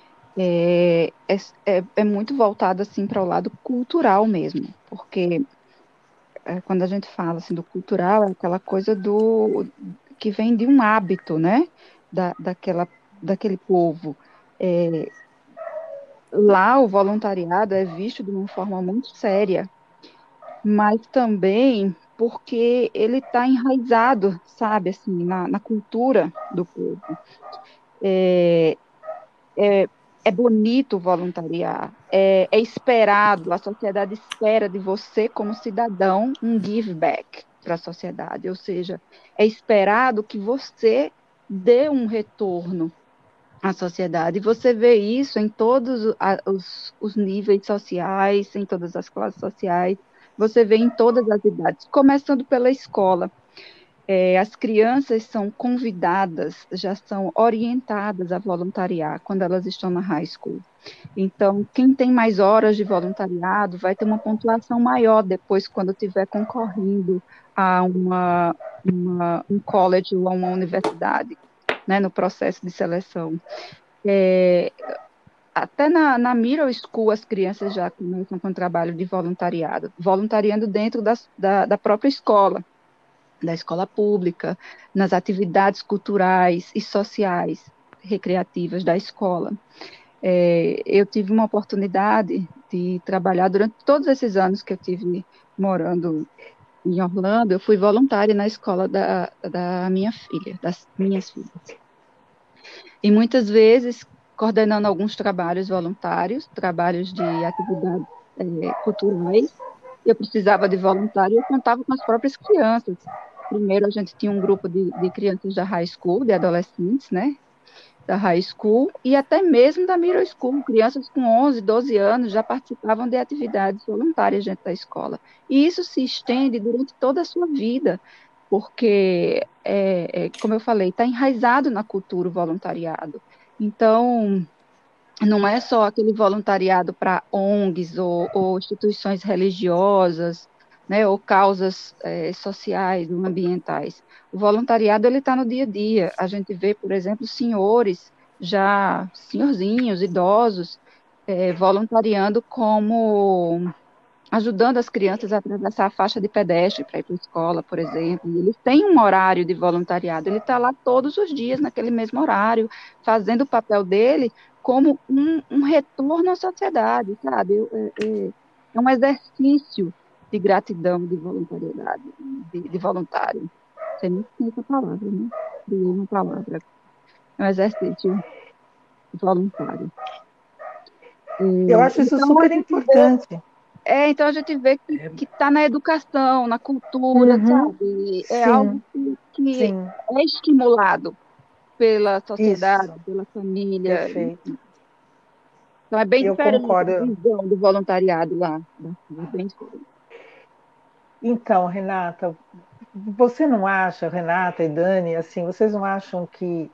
é muito voltado assim para o lado cultural mesmo, porque quando a gente fala assim do cultural é aquela coisa do que vem de um hábito, né, daquele povo. É, lá o voluntariado é visto de uma forma muito séria, mas também porque ele está enraizado, sabe, assim, na cultura do povo. É, é, é bonito voluntariar, é esperado, a sociedade espera de você, como cidadão, um give back para a sociedade, ou seja, é esperado que você dê um retorno à sociedade. E você vê isso em todos os níveis sociais, em todas as classes sociais, você vê em todas as idades, começando pela escola. As crianças são convidadas, já são orientadas a voluntariar quando elas estão na high school. Então, quem tem mais horas de voluntariado vai ter uma pontuação maior depois, quando estiver concorrendo a um college ou a uma universidade, né, no processo de seleção. Até na middle school, as crianças já começam com trabalho de voluntariado, voluntariando dentro da própria escola, da escola pública, nas atividades culturais e sociais, recreativas da escola. Eu tive uma oportunidade de trabalhar durante todos esses anos que eu tive morando em Orlando, eu fui voluntária na escola da minha filha, das minhas filhas. E muitas vezes coordenando alguns trabalhos voluntários, trabalhos de atividades culturais, eu precisava de voluntário e eu contava com as próprias crianças. Primeiro, a gente tinha um grupo de crianças da high school, de adolescentes, né? Da high school e até mesmo da middle school. Crianças com 11, 12 anos já participavam de atividades voluntárias dentro da escola. E isso se estende durante toda a sua vida, porque, como eu falei, está enraizado na cultura o voluntariado. Então, não é só aquele voluntariado para ONGs ou instituições religiosas, né, ou causas sociais ou ambientais. O voluntariado ele está no dia a dia. A gente vê, por exemplo, senhores, já senhorzinhos, idosos, voluntariando como ajudando as crianças a atravessar a faixa de pedestre para ir para a escola, por exemplo. E eles têm um horário de voluntariado, ele está lá todos os dias, naquele mesmo horário, fazendo o papel dele como um retorno à sociedade, sabe? É um exercício de gratidão, de voluntariedade, de voluntário. Você nem tem essa palavra, né? Criei uma palavra. É um exercício voluntário. Eu acho isso Então, a super gente vê importante. então a gente vê que está na educação, na cultura, Uhum, sabe? É algo sim, que sim, é estimulado pela sociedade, isso, pela família. perfeito. Então é bem Eu diferente a concordo. visão do voluntariado lá. É bem diferente. Então, Renata, você não acha, Renata e Dani, assim, vocês não acham que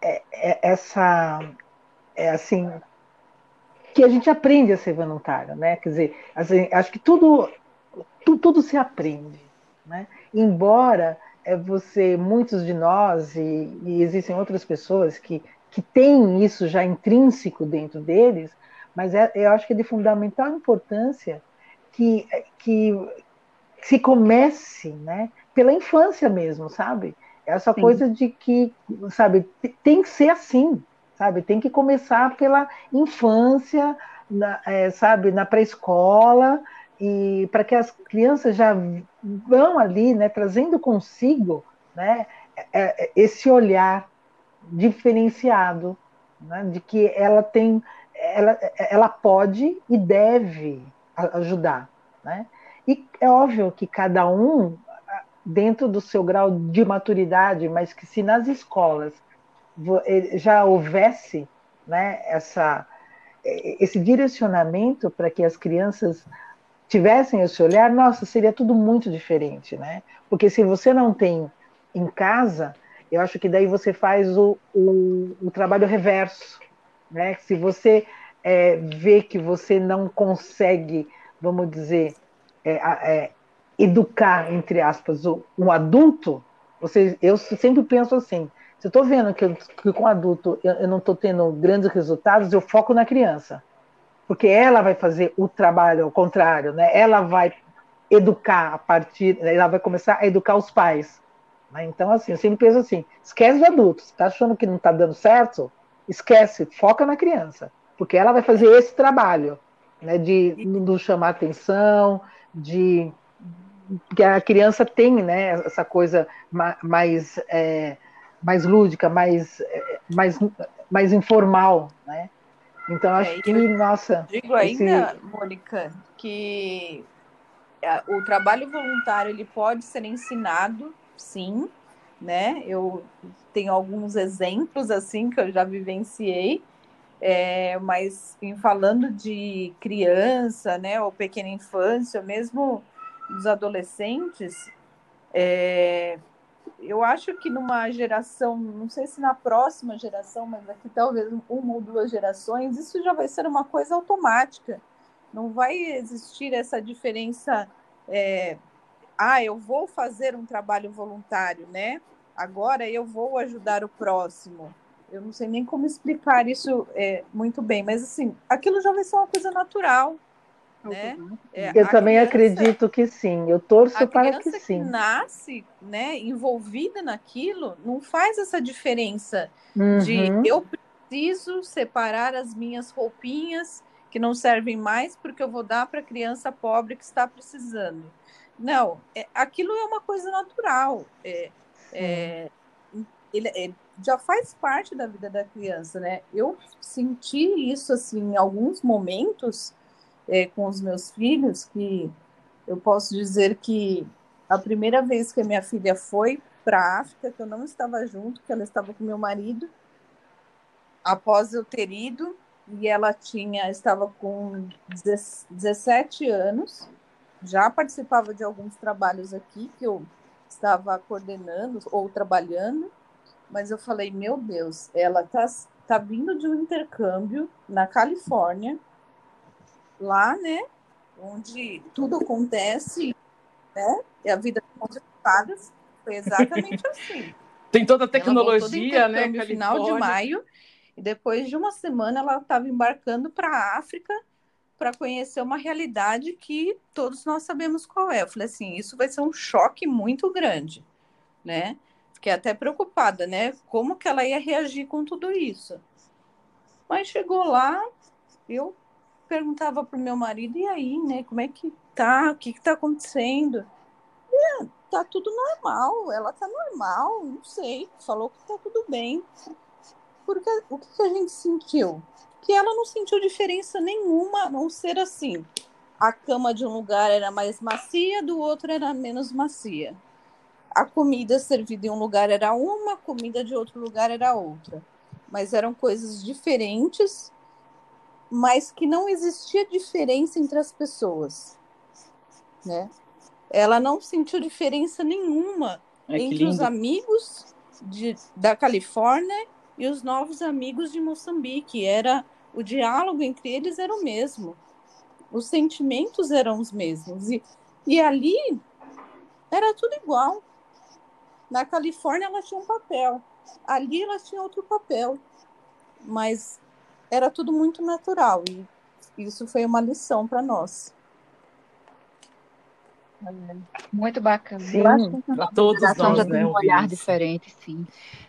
essa, assim, que a gente aprende a ser voluntário, né? Quer dizer, assim, acho que tudo se aprende, né? Embora muitos de nós e existem outras pessoas que têm isso já intrínseco dentro deles, mas eu acho que é de fundamental importância que, que se comece, né, pela infância mesmo, sabe? Essa Sim, coisa de que, sabe, tem que ser assim, sabe? Tem que começar pela infância, sabe, na pré-escola, e para que as crianças já vão ali, né, trazendo consigo, né, esse olhar diferenciado, né, de que ela pode e deve ajudar, né? E é óbvio que cada um, dentro do seu grau de maturidade, mas que se nas escolas já houvesse, né, esse direcionamento para que as crianças tivessem esse olhar, nossa, seria tudo muito diferente, né? Porque se você não tem em casa, eu acho que daí você faz o trabalho reverso, né? Se você vê que você não consegue, vamos dizer, é, é, educar, entre aspas, um adulto, eu sempre penso assim, se eu estou vendo que com adulto eu não estou tendo grandes resultados, eu foco na criança, porque ela vai fazer o trabalho ao contrário, né? Ela vai educar a partir, ela vai começar a educar os pais. Né? Então, assim, eu sempre penso assim: esquece os adultos, está achando que não está dando certo? Esquece, foca na criança, porque ela vai fazer esse trabalho, né? De não chamar atenção, de porque a criança tem, né? Essa coisa mais lúdica, mais, mais informal, né? Então, acho E que, eu nossa, digo ainda, Mônica, que o trabalho voluntário ele pode ser ensinado, sim, né? Eu tenho alguns exemplos assim que eu já vivenciei, mas em falando de criança, né, ou pequena infância, mesmo dos adolescentes, eu acho que numa geração, não sei se na próxima geração, mas daqui talvez uma ou duas gerações, isso já vai ser uma coisa automática. Não vai existir essa diferença. Eu vou fazer um trabalho voluntário, né? Agora eu vou ajudar o próximo. Eu não sei nem como explicar isso muito bem, mas assim, aquilo já vai ser uma coisa natural, né? eu A também criança acredito que sim, eu a torço para que criança que sim. nasce, né, envolvida naquilo, não faz essa diferença de Uhum. eu preciso separar as minhas roupinhas que não servem mais porque eu vou dar para a criança pobre que está precisando. Não, aquilo é uma coisa natural. Já faz parte da vida da criança, né? Eu senti isso, assim, em alguns momentos com os meus filhos, que eu posso dizer que a primeira vez que a minha filha foi para a África, que eu não estava junto, que ela estava com meu marido, após eu ter ido, e ela estava com 17 anos, já participava de alguns trabalhos aqui que eu estava coordenando ou trabalhando, mas eu falei, meu Deus, ela tá vindo de um intercâmbio na Califórnia, lá, né, onde tudo acontece, né, e a vida de padres foi exatamente assim. Tem toda a Ela voltou do tecnologia, né? intercâmbio final de maio, e depois de uma semana ela estava embarcando para a África para conhecer uma realidade que todos nós sabemos qual é. Eu falei assim, isso vai ser um choque muito grande, né? Fiquei até preocupada, né? Como que ela ia reagir com tudo isso? Mas chegou lá, eu perguntava para o meu marido, e aí, né? Como é que tá? O que está acontecendo? Tá tudo normal, ela tá normal, não sei. Falou que tá tudo bem. Porque o que a gente sentiu? Que ela não sentiu diferença nenhuma, a não ser assim. A cama de um lugar era mais macia, do outro era menos macia. A comida servida em um lugar era uma, a comida de outro lugar era outra. Mas eram coisas diferentes, mas que não existia diferença entre as pessoas, né? Ela não sentiu diferença nenhuma entre os amigos da Califórnia e os novos amigos de Moçambique. O diálogo entre eles era o mesmo. Os sentimentos eram os mesmos. E ali era tudo igual. Na Califórnia ela tinha um papel. Ali ela tinha outro papel. Mas era tudo muito natural. E isso foi uma lição para nós. Muito bacana. Sim, eu acho que essa para todos geração já nós, tem né, um olhar ouvimos. diferente, sim.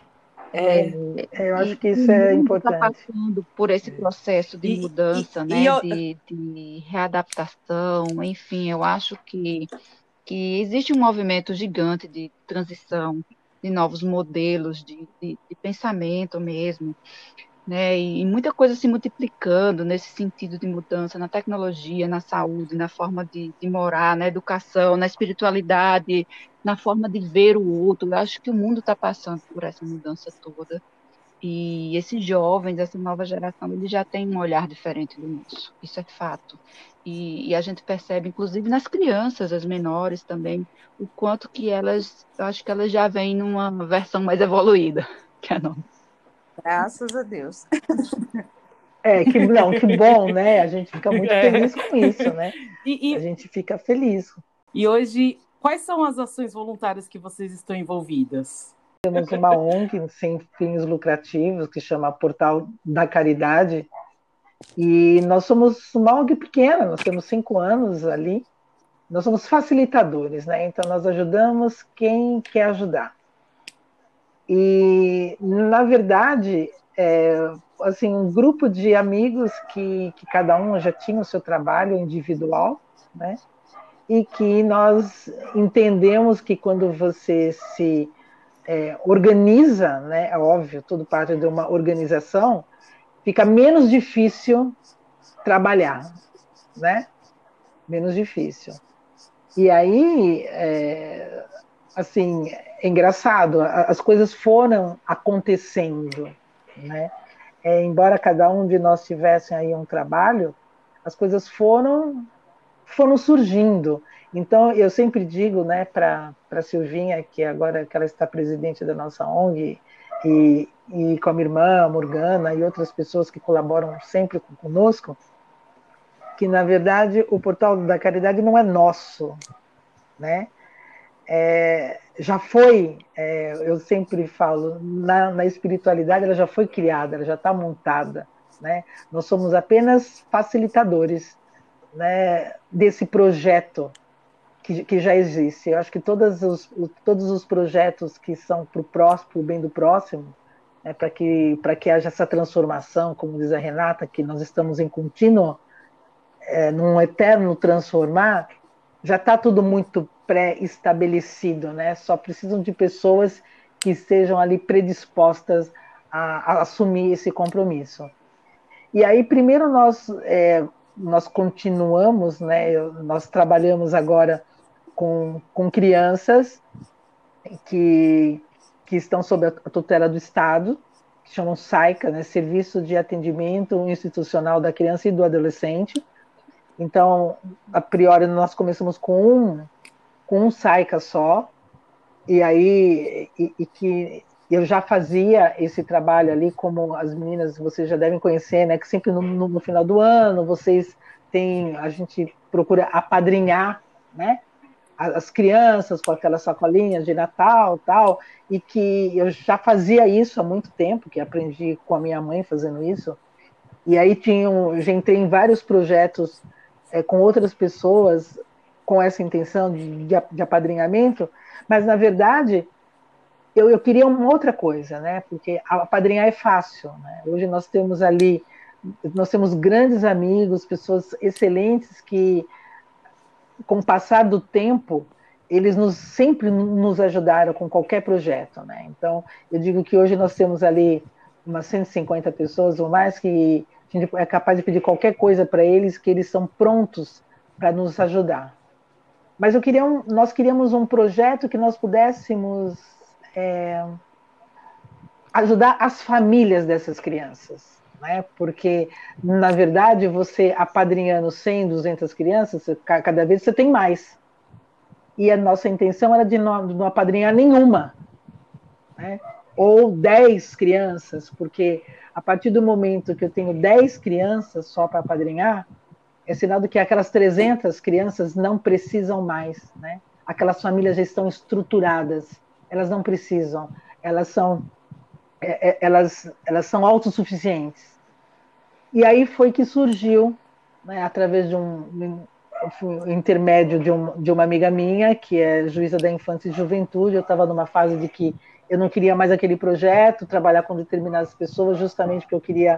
Eu acho que O isso é mundo está importante. passando por esse processo de mudança, né, de readaptação, enfim, eu acho que existe um movimento gigante de transição, de novos modelos de pensamento mesmo, né? E muita coisa se multiplicando nesse sentido de mudança na tecnologia, na saúde, na forma de morar, na educação, na espiritualidade, na forma de ver o outro. Eu acho que o mundo está passando por essa mudança toda. E esses jovens, essa nova geração, eles já têm um olhar diferente do nosso. Isso é fato. E a gente percebe, inclusive nas crianças, as menores também, o quanto que elas, eu acho que elas já vêm numa versão mais evoluída que a nossa. Graças a Deus. Que bom, né? A gente fica muito feliz com isso, né? A gente fica feliz. E hoje, quais são as ações voluntárias que vocês estão envolvidas? Temos uma ONG sem fins lucrativos que chama Portal da Caridade, e nós somos uma ONG pequena, nós temos 5 anos ali, nós somos facilitadores, né? Então nós ajudamos quem quer ajudar. E, na verdade, assim, um grupo de amigos que cada um já tinha o seu trabalho individual, né? E que nós entendemos que quando você se organiza, né? É óbvio, tudo parte de uma organização, fica menos difícil trabalhar, né? Menos difícil. E aí, assim, é engraçado, as coisas foram acontecendo, né? Embora cada um de nós tivesse aí um trabalho, as coisas foram surgindo. Então, eu sempre digo, né, para a Silvinha, que agora que ela está presidente da nossa ONG, e com a minha irmã, a Morgana, e outras pessoas que colaboram sempre conosco, que, na verdade, o Portal da Caridade não é nosso, né? Já foi, eu sempre falo, na espiritualidade ela já foi criada, ela já está montada, né? Nós somos apenas facilitadores, né, desse projeto que já existe. Eu acho que todos os projetos que são para o próximo, para o bem do próximo, né, para que haja essa transformação, como diz a Renata, que nós estamos em contínuo, num eterno transformar, já está tudo muito pré-estabelecido, né? Só precisam de pessoas que estejam ali predispostas a assumir esse compromisso. E aí, primeiro, nós continuamos, né? Nós trabalhamos agora com crianças que, que estão sob a tutela do Estado, que chamam SAICA, né? Serviço de Atendimento Institucional da Criança e do Adolescente. Então, a priori, nós começamos com um SAICA só, e aí que eu já fazia esse trabalho ali, como as meninas, vocês já devem conhecer, né? Que sempre no final do ano a gente procura apadrinhar, né? As crianças com aquelas sacolinhas de Natal, tal, e que eu já fazia isso há muito tempo, que aprendi com a minha mãe fazendo isso. E aí já entrei em vários projetos com outras pessoas com essa intenção de apadrinhamento, mas na verdade eu queria uma outra coisa, né? Porque apadrinhar é fácil, né? Hoje nós temos grandes amigos, pessoas excelentes que, com o passar do tempo, eles sempre nos ajudaram com qualquer projeto, né? Então, eu digo que hoje nós temos ali umas 150 pessoas ou mais que a gente é capaz de pedir qualquer coisa para eles, que eles são prontos para nos ajudar. Mas nós queríamos um projeto que nós pudéssemos ajudar as famílias dessas crianças, né? Porque, na verdade, você apadrinhando 100, 200 crianças, cada vez você tem mais. E a nossa intenção era de não apadrinhar nenhuma, né? Ou 10 crianças, porque a partir do momento que eu tenho 10 crianças só para apadrinhar, é sinal de que aquelas 300 crianças não precisam mais, né? Aquelas famílias já estão estruturadas, elas não precisam, elas são autossuficientes. E aí foi que surgiu, né, através de um intermédio de uma amiga minha, que é juíza da infância e juventude. Eu estava numa fase de que eu não queria mais aquele projeto, trabalhar com determinadas pessoas, justamente porque eu queria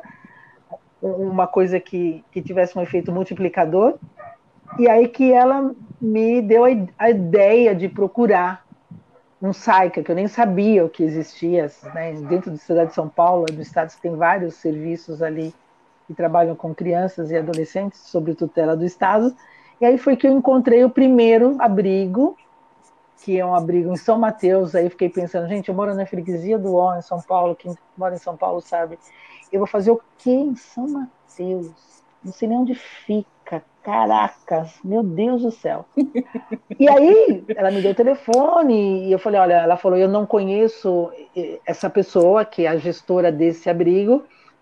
uma coisa que tivesse um efeito multiplicador. E aí que ela me deu a ideia de procurar um SAICA, que eu nem sabia o que existia, né? Dentro da cidade de São Paulo, do estado, tem vários serviços ali que trabalham com crianças e adolescentes sob tutela do Estado. E aí foi que eu encontrei o primeiro abrigo, que é um abrigo em São Mateus. Aí fiquei pensando, gente, eu moro na freguesia do Ó, em São Paulo, quem mora em São Paulo sabe. Eu vou fazer o quê em São Mateus? Não sei nem onde fica. Caracas, meu Deus do céu. E aí ela me deu o telefone e eu falei, olha, ela falou, eu não conheço essa pessoa que é a gestora desse abrigo,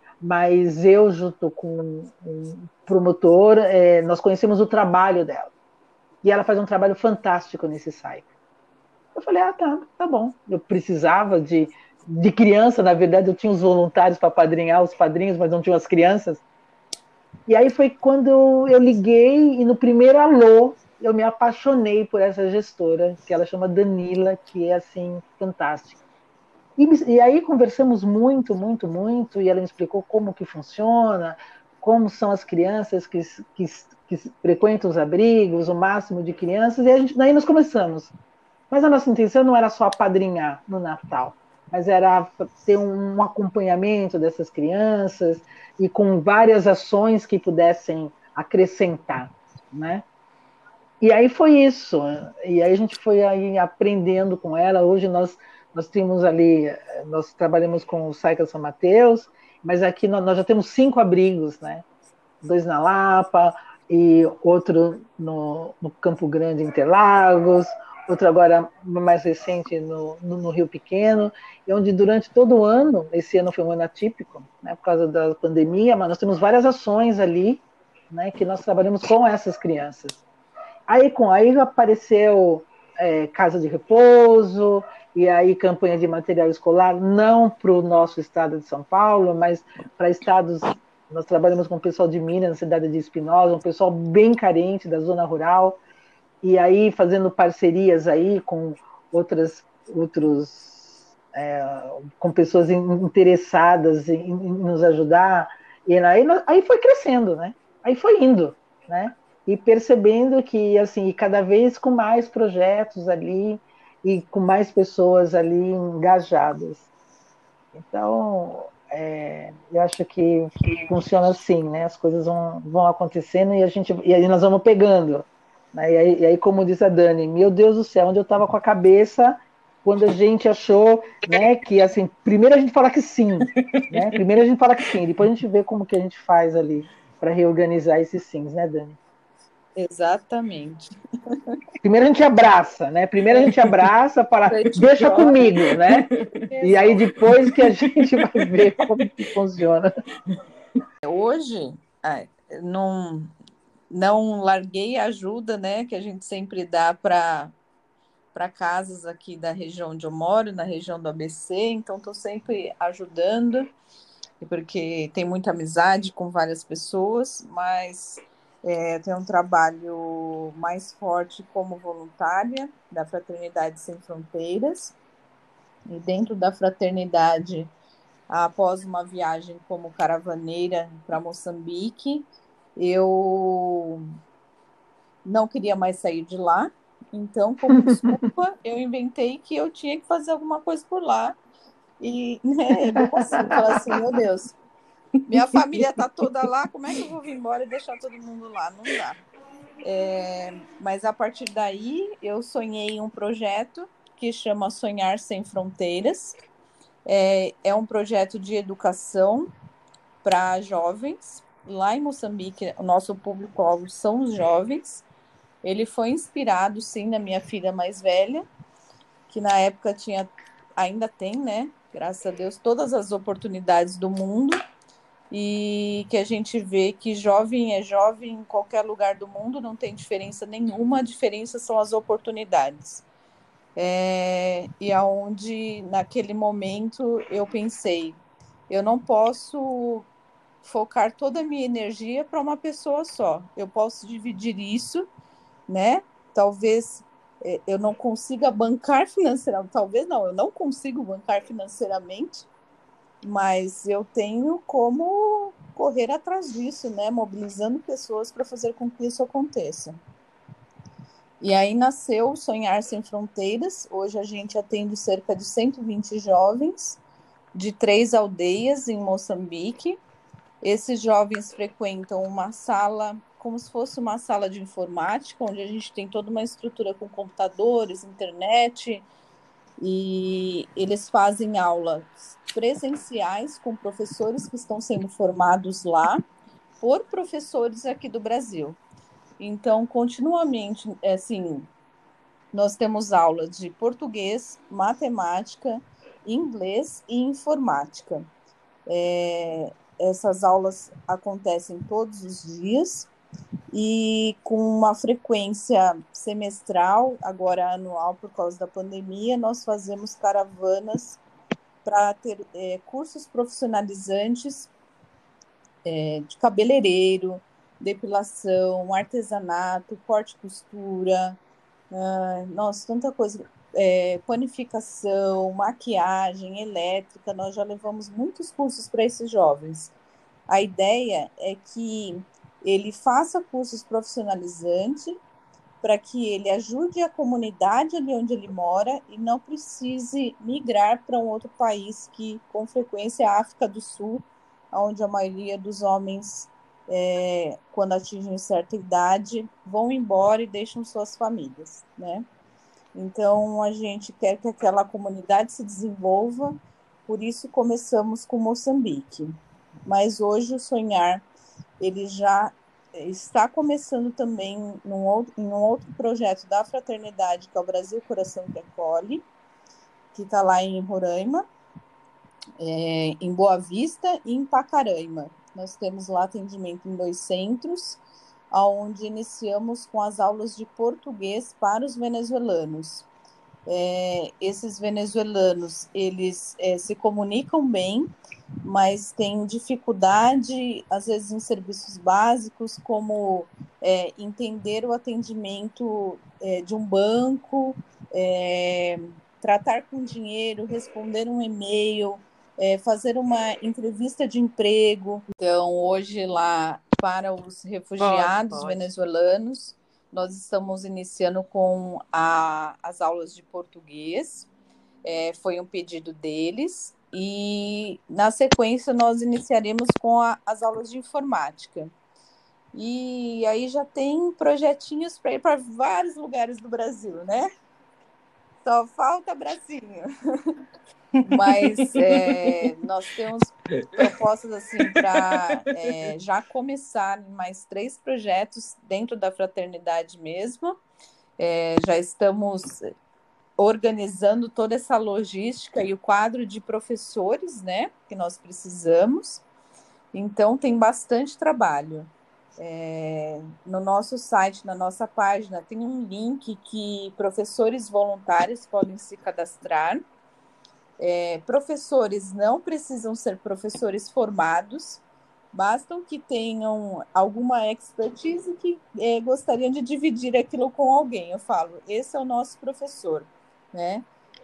mas eu, junto com um promotor, nós conhecemos o trabalho dela. E ela faz um trabalho fantástico nesse site. Eu falei, tá bom. Eu precisava de criança, na verdade, eu tinha os voluntários para padrinhar os padrinhos, mas não tinha as crianças. E aí foi quando eu liguei e no primeiro alô, eu me apaixonei por essa gestora, que ela chama Danila, que é, assim, fantástica. E aí conversamos muito, muito, muito, e ela me explicou como que funciona, como são as crianças que frequentam os abrigos, o máximo de crianças, e daí nós começamos. Mas a nossa intenção não era só apadrinhar no Natal, mas era ter um acompanhamento dessas crianças e com várias ações que pudessem acrescentar, né? E aí foi isso. E aí a gente foi aí aprendendo com ela. Hoje nós temos ali, nós trabalhamos com o SAICA São Mateus, mas aqui nós já temos 5 abrigos, né? 2 na Lapa e outro no Campo Grande, Interlagos, outro agora mais recente no Rio Pequeno, e onde durante todo o ano, esse ano foi um ano atípico, né, por causa da pandemia, mas nós temos várias ações ali, né, que nós trabalhamos com essas crianças. Aí apareceu casa de repouso, e aí campanha de material escolar, não para o nosso estado de São Paulo, mas para estados. Nós trabalhamos com o pessoal de Minas, na cidade de Espinosa, um pessoal bem carente da zona rural, e aí fazendo parcerias aí com com pessoas interessadas em nos ajudar, e aí foi crescendo, né? Aí foi indo, né? e percebendo que, assim, cada vez com mais projetos ali e com mais pessoas ali engajadas. Então, eu acho que funciona assim, né? As coisas vão acontecendo e aí nós vamos pegando, né? E aí, como diz a Dani, meu Deus do céu, onde eu estava com a cabeça quando a gente achou, né, que assim, primeiro a gente fala que sim, né? Primeiro a gente fala que sim, depois a gente vê como que a gente faz ali para reorganizar esses sims, né, Dani? Exatamente. Primeiro a gente abraça, né? Primeiro a gente abraça, A fala, gente deixa chora comigo, né? e E aí resolve. depois que a gente vai ver como que funciona. Hoje, não, não larguei a ajuda, né, que a gente sempre dá para casas aqui da região onde eu moro, na região do ABC, então estou sempre ajudando, porque tem muita amizade com várias pessoas, mas tenho um trabalho mais forte como voluntária da Fraternidade Sem Fronteiras, e dentro da fraternidade, após uma viagem como caravaneira para Moçambique, eu não queria mais sair de lá, então, como desculpa, eu inventei que eu tinha que fazer alguma coisa por lá. E, né, é bom assim, falar assim, meu Deus, minha família tá toda lá, como é que eu vou vir embora e deixar todo mundo lá? Não dá. Mas a partir daí, eu sonhei um projeto que chama Sonhar Sem Fronteiras. É um projeto de educação para jovens. Lá em Moçambique, o nosso público-alvo são os jovens. Ele foi inspirado, sim, na minha filha mais velha, que na época tinha, ainda tem, né? Graças a Deus, todas as oportunidades do mundo, e que a gente vê que jovem é jovem em qualquer lugar do mundo, não tem diferença nenhuma, a diferença são as oportunidades. E aonde, naquele momento, eu pensei, eu não posso focar toda a minha energia para uma pessoa só, eu posso dividir isso, né? Talvez eu não consiga bancar financeiramente, talvez não, eu não consigo bancar financeiramente, mas eu tenho como correr atrás disso, né? Mobilizando pessoas para fazer com que isso aconteça. E aí nasceu o Sonhar Sem Fronteiras. Hoje a gente atende cerca de 120 jovens de 3 aldeias em Moçambique. Esses jovens frequentam uma sala, como se fosse uma sala de informática, onde a gente tem toda uma estrutura com computadores, internet, e eles fazem aulas presenciais com professores que estão sendo formados lá por professores aqui do Brasil. Então, continuamente, assim, nós temos aulas de português, matemática, inglês e informática. Essas aulas acontecem todos os dias e com uma frequência semestral, agora anual por causa da pandemia, nós fazemos caravanas para ter cursos profissionalizantes de cabeleireiro, depilação, artesanato, corte e costura, nossa, tanta coisa, panificação, maquiagem, elétrica, nós já levamos muitos cursos para esses jovens. A ideia é que ele faça cursos profissionalizantes para que ele ajude a comunidade ali onde ele mora e não precise migrar para um outro país, que com frequência é a África do Sul, onde a maioria dos homens, quando atingem certa idade, vão embora e deixam suas famílias, né? Então, a gente quer que aquela comunidade se desenvolva, por isso começamos com Moçambique. Mas hoje o Sonhar, ele já está começando também em um outro projeto da Fraternidade, que é o Brasil Coração que Acolhe, que está lá em Roraima, em Boa Vista e em Pacaraima. Nós temos lá atendimento em 2 centros, onde iniciamos com as aulas de português para os venezuelanos. Esses venezuelanos, eles se comunicam bem, mas têm dificuldade, às vezes, em serviços básicos, como entender o atendimento de um banco, tratar com dinheiro, responder um e-mail, fazer uma entrevista de emprego. Então, hoje lá para os refugiados Pode. venezuelanos. Nós estamos iniciando com as aulas de português, foi um pedido deles, e na sequência nós iniciaremos com as aulas de informática. E aí já tem projetinhos para ir para vários lugares do Brasil, né? Só falta bracinho. Mas nós temos propostas assim para já começar mais 3 projetos dentro da fraternidade mesmo. Já estamos organizando toda essa logística e o quadro de professores, né, que nós precisamos. Então tem bastante trabalho. No nosso site, na nossa página, tem um link que professores voluntários podem se cadastrar. Professores não precisam ser professores formados, bastam que tenham alguma expertise que gostariam de dividir aquilo com alguém. Eu falo, esse é o nosso professor, né?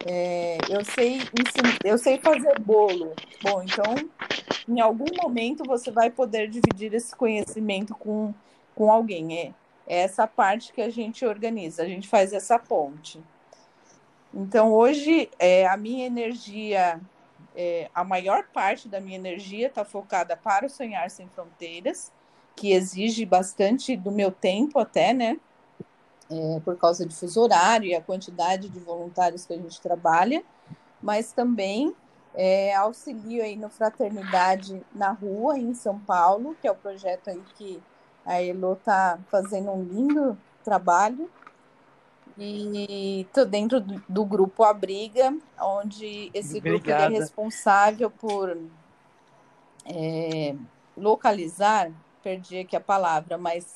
Eu sei fazer bolo. Bom, então, em algum momento você vai poder dividir esse conhecimento com alguém. É essa parte que a gente organiza, a gente faz essa ponte. Então, hoje, a minha energia, a maior parte da minha energia está focada para o Sonhar Sem Fronteiras, que exige bastante do meu tempo até, né? Por causa de fuso horário e a quantidade de voluntários que a gente trabalha, mas também auxilio aí no Fraternidade na Rua, em São Paulo, que é o projeto aí que a Elo está fazendo um lindo trabalho. E estou dentro do grupo Abriga, onde esse grupo ele é responsável por localizar, perdi aqui a palavra, mas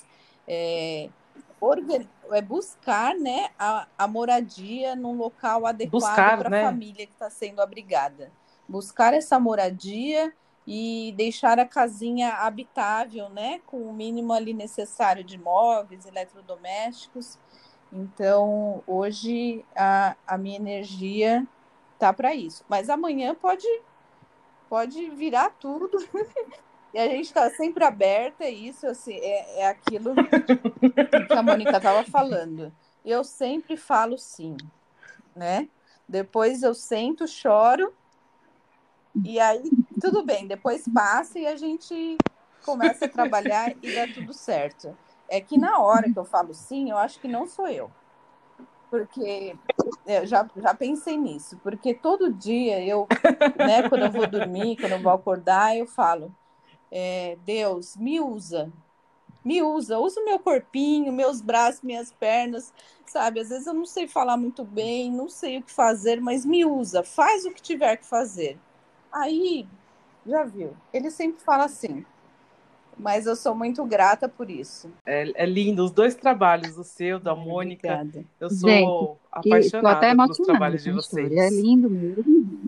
buscar, né, a moradia num local adequado para a família que está sendo abrigada. Buscar essa moradia e deixar a casinha habitável, né, com o mínimo ali necessário de móveis, eletrodomésticos. Então, hoje a minha energia tá para isso. Mas amanhã pode virar tudo. E a gente está sempre aberta, isso assim, é aquilo que a Mônica estava falando. Eu sempre falo sim, né? Depois eu sento, choro, e aí tudo bem, depois passa e a gente começa a trabalhar e dá tudo certo. É que na hora que eu falo sim, eu acho que não sou eu. Porque eu já pensei nisso, porque todo dia eu, né, quando eu vou dormir, quando eu vou acordar, eu falo, Deus, usa o meu corpinho, meus braços, minhas pernas, sabe? Às vezes eu não sei falar muito bem, não sei o que fazer, mas me usa, faz o que tiver que fazer. Aí, já viu, ele sempre fala assim, mas eu sou muito grata por isso. É lindo, os 2 trabalhos, o seu, da Mônica. Obrigada. Eu sou apaixonada pelos trabalhos de vocês. É lindo mesmo.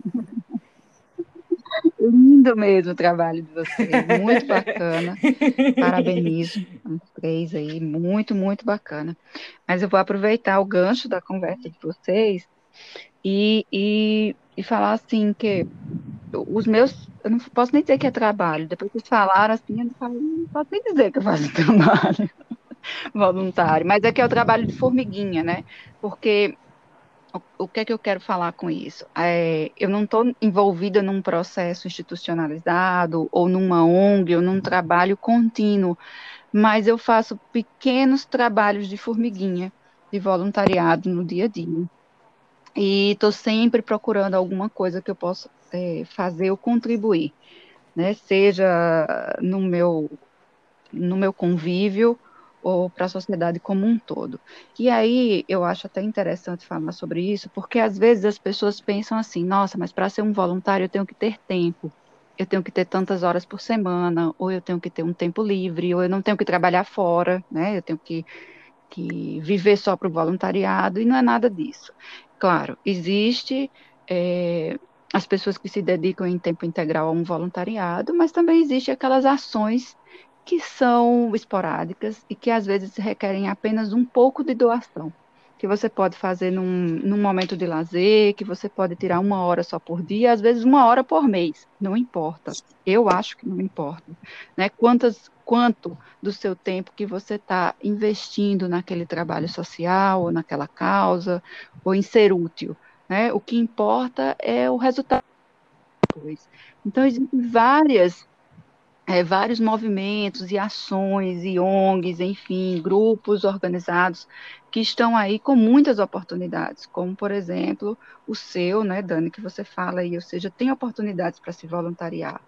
Lindo mesmo o trabalho de vocês, muito bacana. Parabenizo os 3 aí, muito, muito bacana. Mas eu vou aproveitar o gancho da conversa de vocês e falar assim que os meus, eu não posso nem dizer que é trabalho, depois que vocês falaram assim, não posso nem dizer que eu faço trabalho voluntário, mas é que é o trabalho de formiguinha, né? Porque o que é que eu quero falar com isso? Eu não estou envolvida num processo institucionalizado, ou numa ONG, ou num trabalho contínuo, mas eu faço pequenos trabalhos de formiguinha, de voluntariado no dia a dia. E estou sempre procurando alguma coisa que eu possa fazer ou contribuir, né? Seja no meu convívio, ou para a sociedade como um todo. E aí eu acho até interessante falar sobre isso, porque às vezes as pessoas pensam assim, nossa, mas para ser um voluntário eu tenho que ter tempo, eu tenho que ter tantas horas por semana, ou eu tenho que ter um tempo livre, ou eu não tenho que trabalhar fora, né? Eu tenho que viver só para o voluntariado, e não é nada disso. Claro, existe as pessoas que se dedicam em tempo integral a um voluntariado, mas também existe aquelas ações que são esporádicas e que às vezes requerem apenas um pouco de doação, que você pode fazer num momento de lazer, que você pode tirar 1 hora só por dia, às vezes 1 hora por mês, não importa. Eu acho que não importa, né? Quanto do seu tempo que você está investindo naquele trabalho social, ou naquela causa, ou em ser útil, né? O que importa é o resultado depois. Então, existem vários movimentos e ações e ONGs, enfim, grupos organizados que estão aí com muitas oportunidades, como, por exemplo, o seu, né, Dani, que você fala aí, ou seja, tem oportunidades para se voluntariar.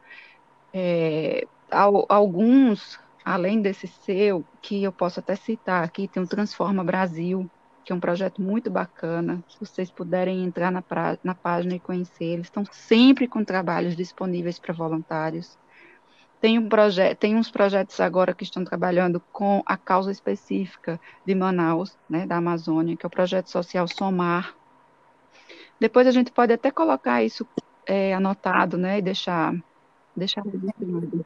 Alguns, além desse seu, que eu posso até citar aqui, tem o Transforma Brasil, que é um projeto muito bacana. Se vocês puderem entrar na página e conhecer, eles estão sempre com trabalhos disponíveis para voluntários. Tem uns projetos agora que estão trabalhando com a causa específica de Manaus, né, da Amazônia, que é o projeto social Somar. Depois a gente pode até colocar isso anotado, né, e deixar registrado.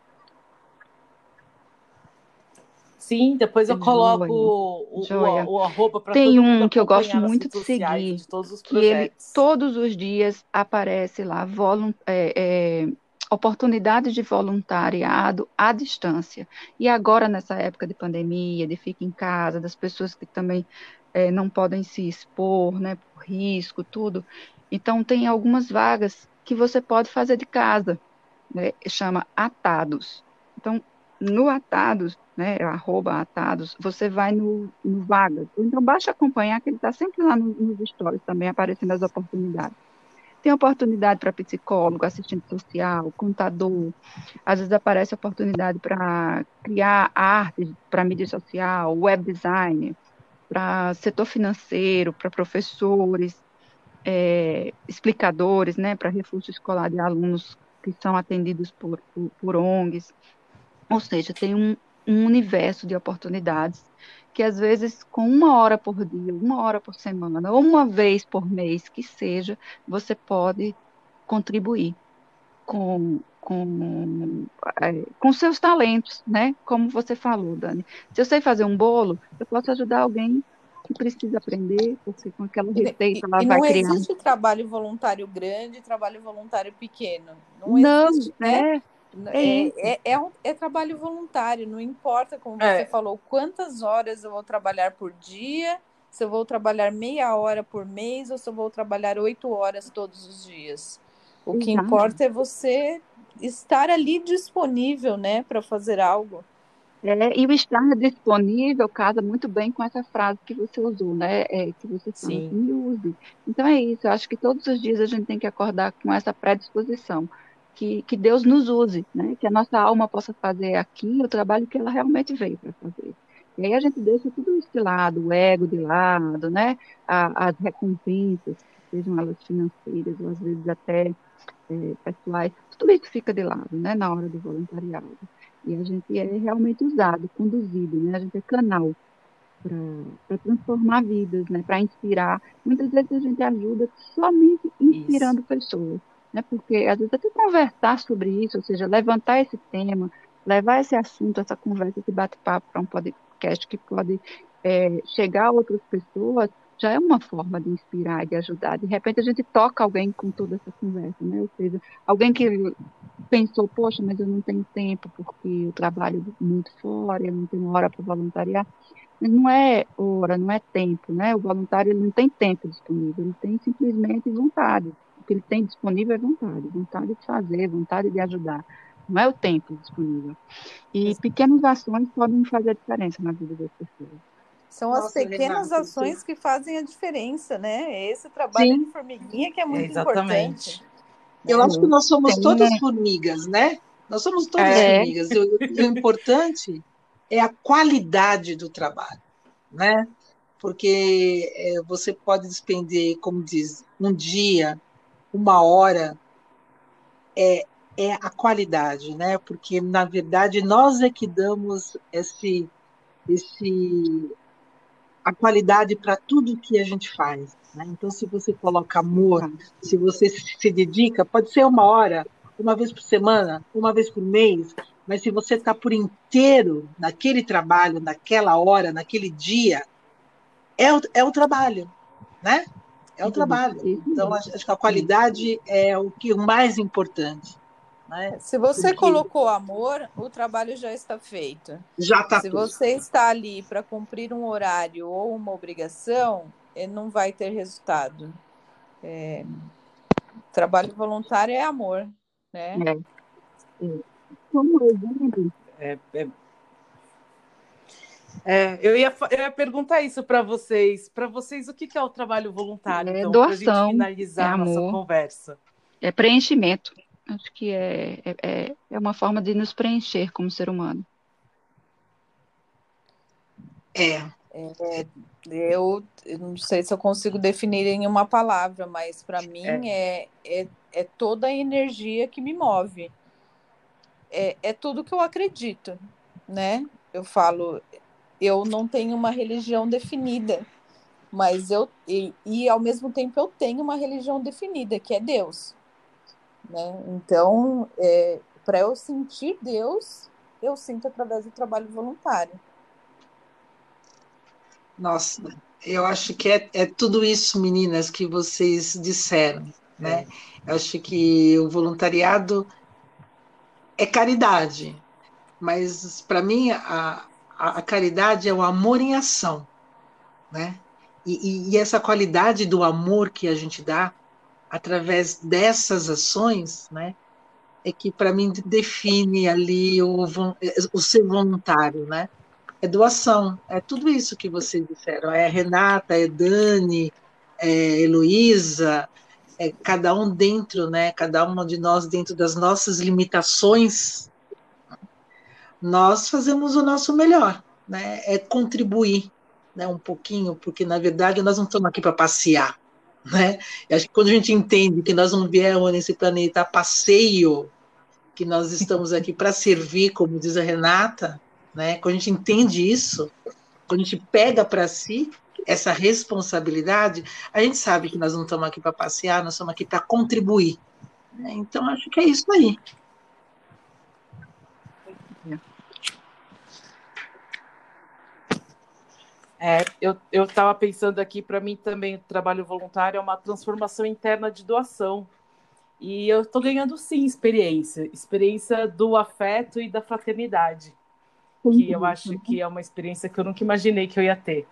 Sim, depois eu coloco Joia, joia. o arroba para Tem todo mundo um que eu gosto acompanhar nas muito redes de sociais seguir, de todos os que ele projetos. todos os dias aparece lá, oportunidades de voluntariado à distância. E agora, nessa época de pandemia, de fica em casa, das pessoas que também não podem se expor, né, por risco, tudo. Então, tem algumas vagas que você pode fazer de casa, né, chama Atados. Então, no Atados, né, @Atados, você vai no Vagas. Então, basta acompanhar que ele está sempre lá nos stories também, aparecendo as oportunidades. Tem oportunidade para psicólogo, assistente social, contador, às vezes aparece oportunidade para criar arte para mídia social, web design, para setor financeiro, para professores, explicadores, né, para reforço escolar de alunos que são atendidos por ONGs. Ou seja, tem um universo de oportunidades que, às vezes, com 1 hora por dia, 1 hora por semana, ou uma vez por mês, que seja, você pode contribuir com seus talentos, né? Como você falou, Dani. Se eu sei fazer um bolo, eu posso ajudar alguém que precisa aprender, porque com aquela receita ela E vai não criar. existe trabalho voluntário grande e trabalho voluntário pequeno. Não Não, existe, né? é isso. É trabalho voluntário, não importa, como você falou, quantas horas eu vou trabalhar por dia, se eu vou trabalhar meia hora por mês ou se eu vou trabalhar 8 horas todos os dias. O que Exato. importa é você estar ali disponível, né, para fazer algo. E o estar disponível casa muito bem com essa frase que você usou, né? Que você fala, Sim. me use. Então é isso, eu acho que todos os dias a gente tem que acordar com essa predisposição, que Deus nos use, né? Que a nossa alma possa fazer aqui o trabalho que ela realmente veio para fazer. E aí a gente deixa tudo isso de lado, o ego de lado, né? As recompensas, sejam elas financeiras ou às vezes até pessoais, tudo isso fica de lado, né? Na hora do voluntariado. E a gente é realmente usado, conduzido, né? A gente é canal para transformar vidas, né? Para inspirar. Muitas vezes a gente ajuda somente inspirando pessoas, né? Porque às vezes até conversar sobre isso, ou seja, levantar esse tema, levar esse assunto, essa conversa, esse bate-papo para um podcast que pode chegar a outras pessoas, já é uma forma de inspirar, de ajudar. De repente a gente toca alguém com toda essa conversa, né? Ou seja, alguém que pensou, poxa, mas eu não tenho tempo porque eu trabalho muito fora, eu não tenho hora para voluntariar. Mas não é hora, não é tempo, né? O voluntário ele não tem tempo disponível, ele tem simplesmente vontade. O que ele tem disponível é vontade, vontade de fazer, vontade de ajudar. Não é o tempo disponível. E pequenas ações podem fazer a diferença na vida das pessoas. São as pequenas Renata, ações que fazem a diferença, né? Esse trabalho de formiguinha que é muito importante. Eu acho que nós somos todas formigas, né? Nós somos todas formigas. E o importante é a qualidade do trabalho, né? Porque você pode despender, como diz, um dia, 1 hora, é a qualidade, né? Porque, na verdade, nós é que damos a qualidade para tudo que a gente faz, né? Então, se você coloca amor, se você se dedica, pode ser 1 hora, uma vez por semana, uma vez por mês, mas se você está por inteiro naquele trabalho, naquela hora, naquele dia, é o trabalho, né? É o trabalho. Então, acho que a qualidade é o mais importante. Né? Se você colocou amor, o trabalho já está feito. Já está Se tudo. você está ali para cumprir um horário ou uma obrigação, ele não vai ter resultado. Trabalho voluntário é amor, né? Como exemplo, eu ia perguntar isso para vocês. Para vocês, o que é o trabalho voluntário? Então, para a gente doação, finalizar a nossa conversa. É preenchimento. Acho que é uma forma de nos preencher como ser humano. Eu não sei se eu consigo definir em uma palavra, mas para mim é toda a energia que me move. É tudo que eu acredito, né? Eu falo, eu não tenho uma religião definida, mas e ao mesmo tempo eu tenho uma religião definida, que é Deus, né? Então, para eu sentir Deus, eu sinto através do trabalho voluntário. Nossa, eu acho que é tudo isso, meninas, que vocês disseram, né? Eu acho que o voluntariado é caridade, mas para mim a caridade é o amor em ação, né? E essa qualidade do amor que a gente dá através dessas ações, né? É que para mim define ali o ser voluntário, né? É doação, é tudo isso que vocês disseram. É Renata, é Dani, é Heloísa, é cada um dentro, né? Cada uma de nós dentro das nossas limitações, nós fazemos o nosso melhor, né? É contribuir, né? Um pouquinho, porque na verdade nós não estamos aqui para passear, né? Eu acho que quando a gente entende que nós não viemos nesse planeta a passeio, que nós estamos aqui para servir, como diz a Renata, né? Quando a gente entende isso, quando a gente pega para si essa responsabilidade, a gente sabe que nós não estamos aqui para passear, nós estamos aqui para contribuir. Né? Então, acho que é isso aí. Eu estava pensando aqui, para mim também, o trabalho voluntário é uma transformação interna de doação. E eu estou ganhando, sim, experiência do afeto e da fraternidade, que eu acho que é uma experiência que eu nunca imaginei que eu ia ter.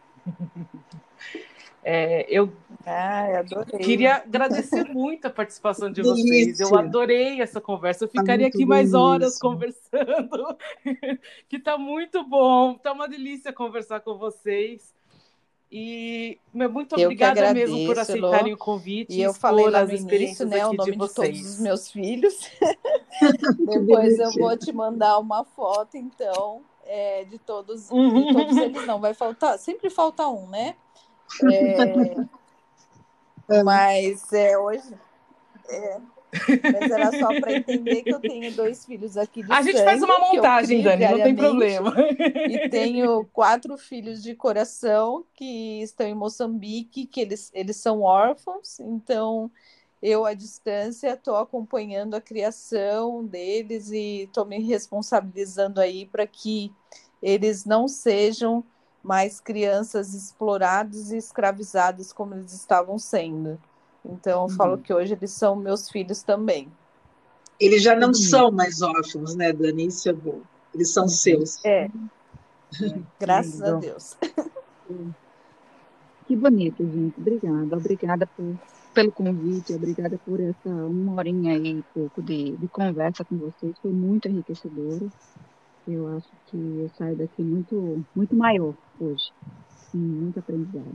Eu queria agradecer muito a participação de vocês. Eu adorei essa conversa. Eu ficaria aqui mais horas conversando, que está muito bom. Está uma delícia conversar com vocês. E muito obrigada mesmo por aceitarem o convite e eu falei lá no início, né, o nome de todos os meus filhos. Depois eu vou te mandar uma foto, então, de todos eles. Não, vai faltar, sempre falta um, né? Mas hoje... mas era só para entender que eu tenho 2 filhos aqui de sangue. A gente faz uma montagem, Dani, não tem problema. E tenho 4 filhos de coração que estão em Moçambique, que eles são órfãos, então eu, à distância, estou acompanhando a criação deles e estou me responsabilizando aí para que eles não sejam mais crianças exploradas e escravizadas como eles estavam sendo. Então, eu falo que hoje eles são meus filhos também. Eles já não são mais órfãos, né, Dani? Isso é bom. Eles são seus. Graças a Deus. Que bonito, gente. Obrigada pelo convite, obrigada por essa 1 horinha e pouco de conversa com vocês. Foi muito enriquecedora. Eu acho que eu saio daqui muito, muito maior hoje. Muito aprendizado.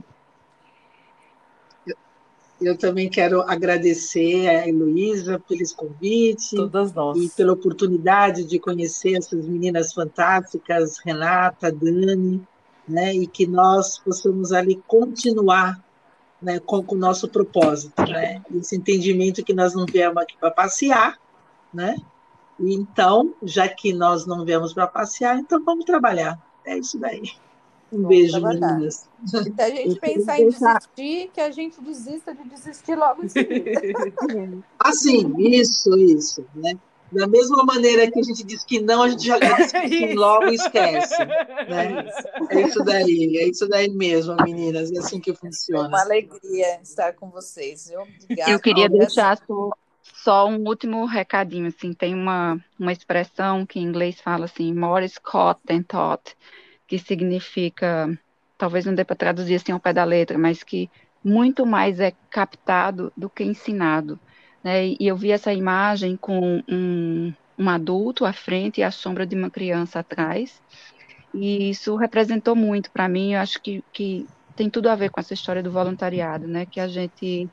Eu também quero agradecer a Heloísa pelo convite e pela oportunidade de conhecer essas meninas fantásticas, Renata, Dani, né, e que nós possamos ali continuar, né, com o nosso propósito, né, esse entendimento que nós não viemos aqui para passear, né, e então, já que nós não viemos para passear, então vamos trabalhar. É isso daí. Um beijo, meninas. E se a gente pensar em desistir, que a gente desista de desistir logo em seguida. Assim, isso, né? Da mesma maneira que a gente diz que não, a gente já diz que sim, logo esquece. Né? É isso daí mesmo, meninas, é assim que É funciona. uma alegria estar com vocês. Obrigada. Eu queria deixar só um último recadinho, assim, tem uma expressão que em inglês fala assim, more is caught than taught, que significa, talvez não dê para traduzir assim ao pé da letra, mas que muito mais é captado do que ensinado, né? E eu vi essa imagem com um adulto à frente e a sombra de uma criança atrás, e isso representou muito para mim. Eu acho que tem tudo a ver com essa história do voluntariado, né? Que a gente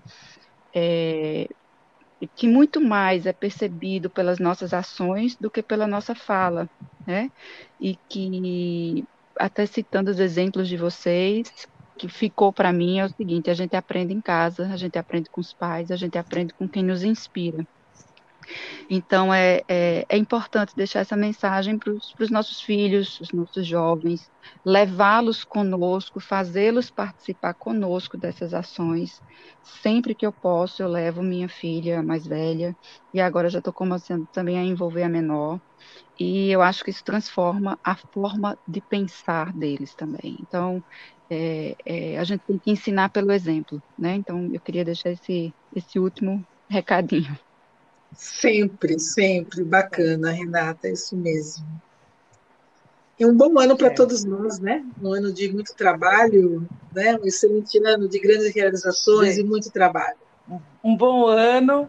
que muito mais é percebido pelas nossas ações do que pela nossa fala, né? E que, até citando os exemplos de vocês, que ficou para mim é o seguinte: a gente aprende em casa, a gente aprende com os pais, a gente aprende com quem nos inspira. Então, é importante deixar essa mensagem para os nossos filhos, os nossos jovens, levá-los conosco, fazê-los participar conosco dessas ações. Sempre que eu posso, eu levo minha filha mais velha, e agora já estou começando também a envolver a menor, e eu acho que isso transforma a forma de pensar deles também. Então, a gente tem que ensinar pelo exemplo, né? Então, eu queria deixar esse último recadinho. Sempre, sempre. Bacana, Renata, é isso mesmo. E um bom ano para todos nós, né? Um ano de muito trabalho, né? Um excelente ano de grandes realizações e muito trabalho. Um bom ano.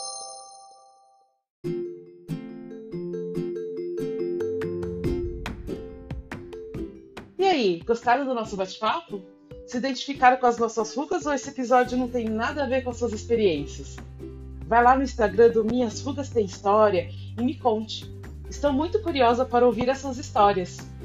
E aí, gostaram do nosso bate-papo? Se identificaram com as nossas rugas ou esse episódio não tem nada a ver com as suas experiências? Vai lá no Instagram do Minhas Rugas Tem História e me conte. Estou muito curiosa para ouvir essas histórias.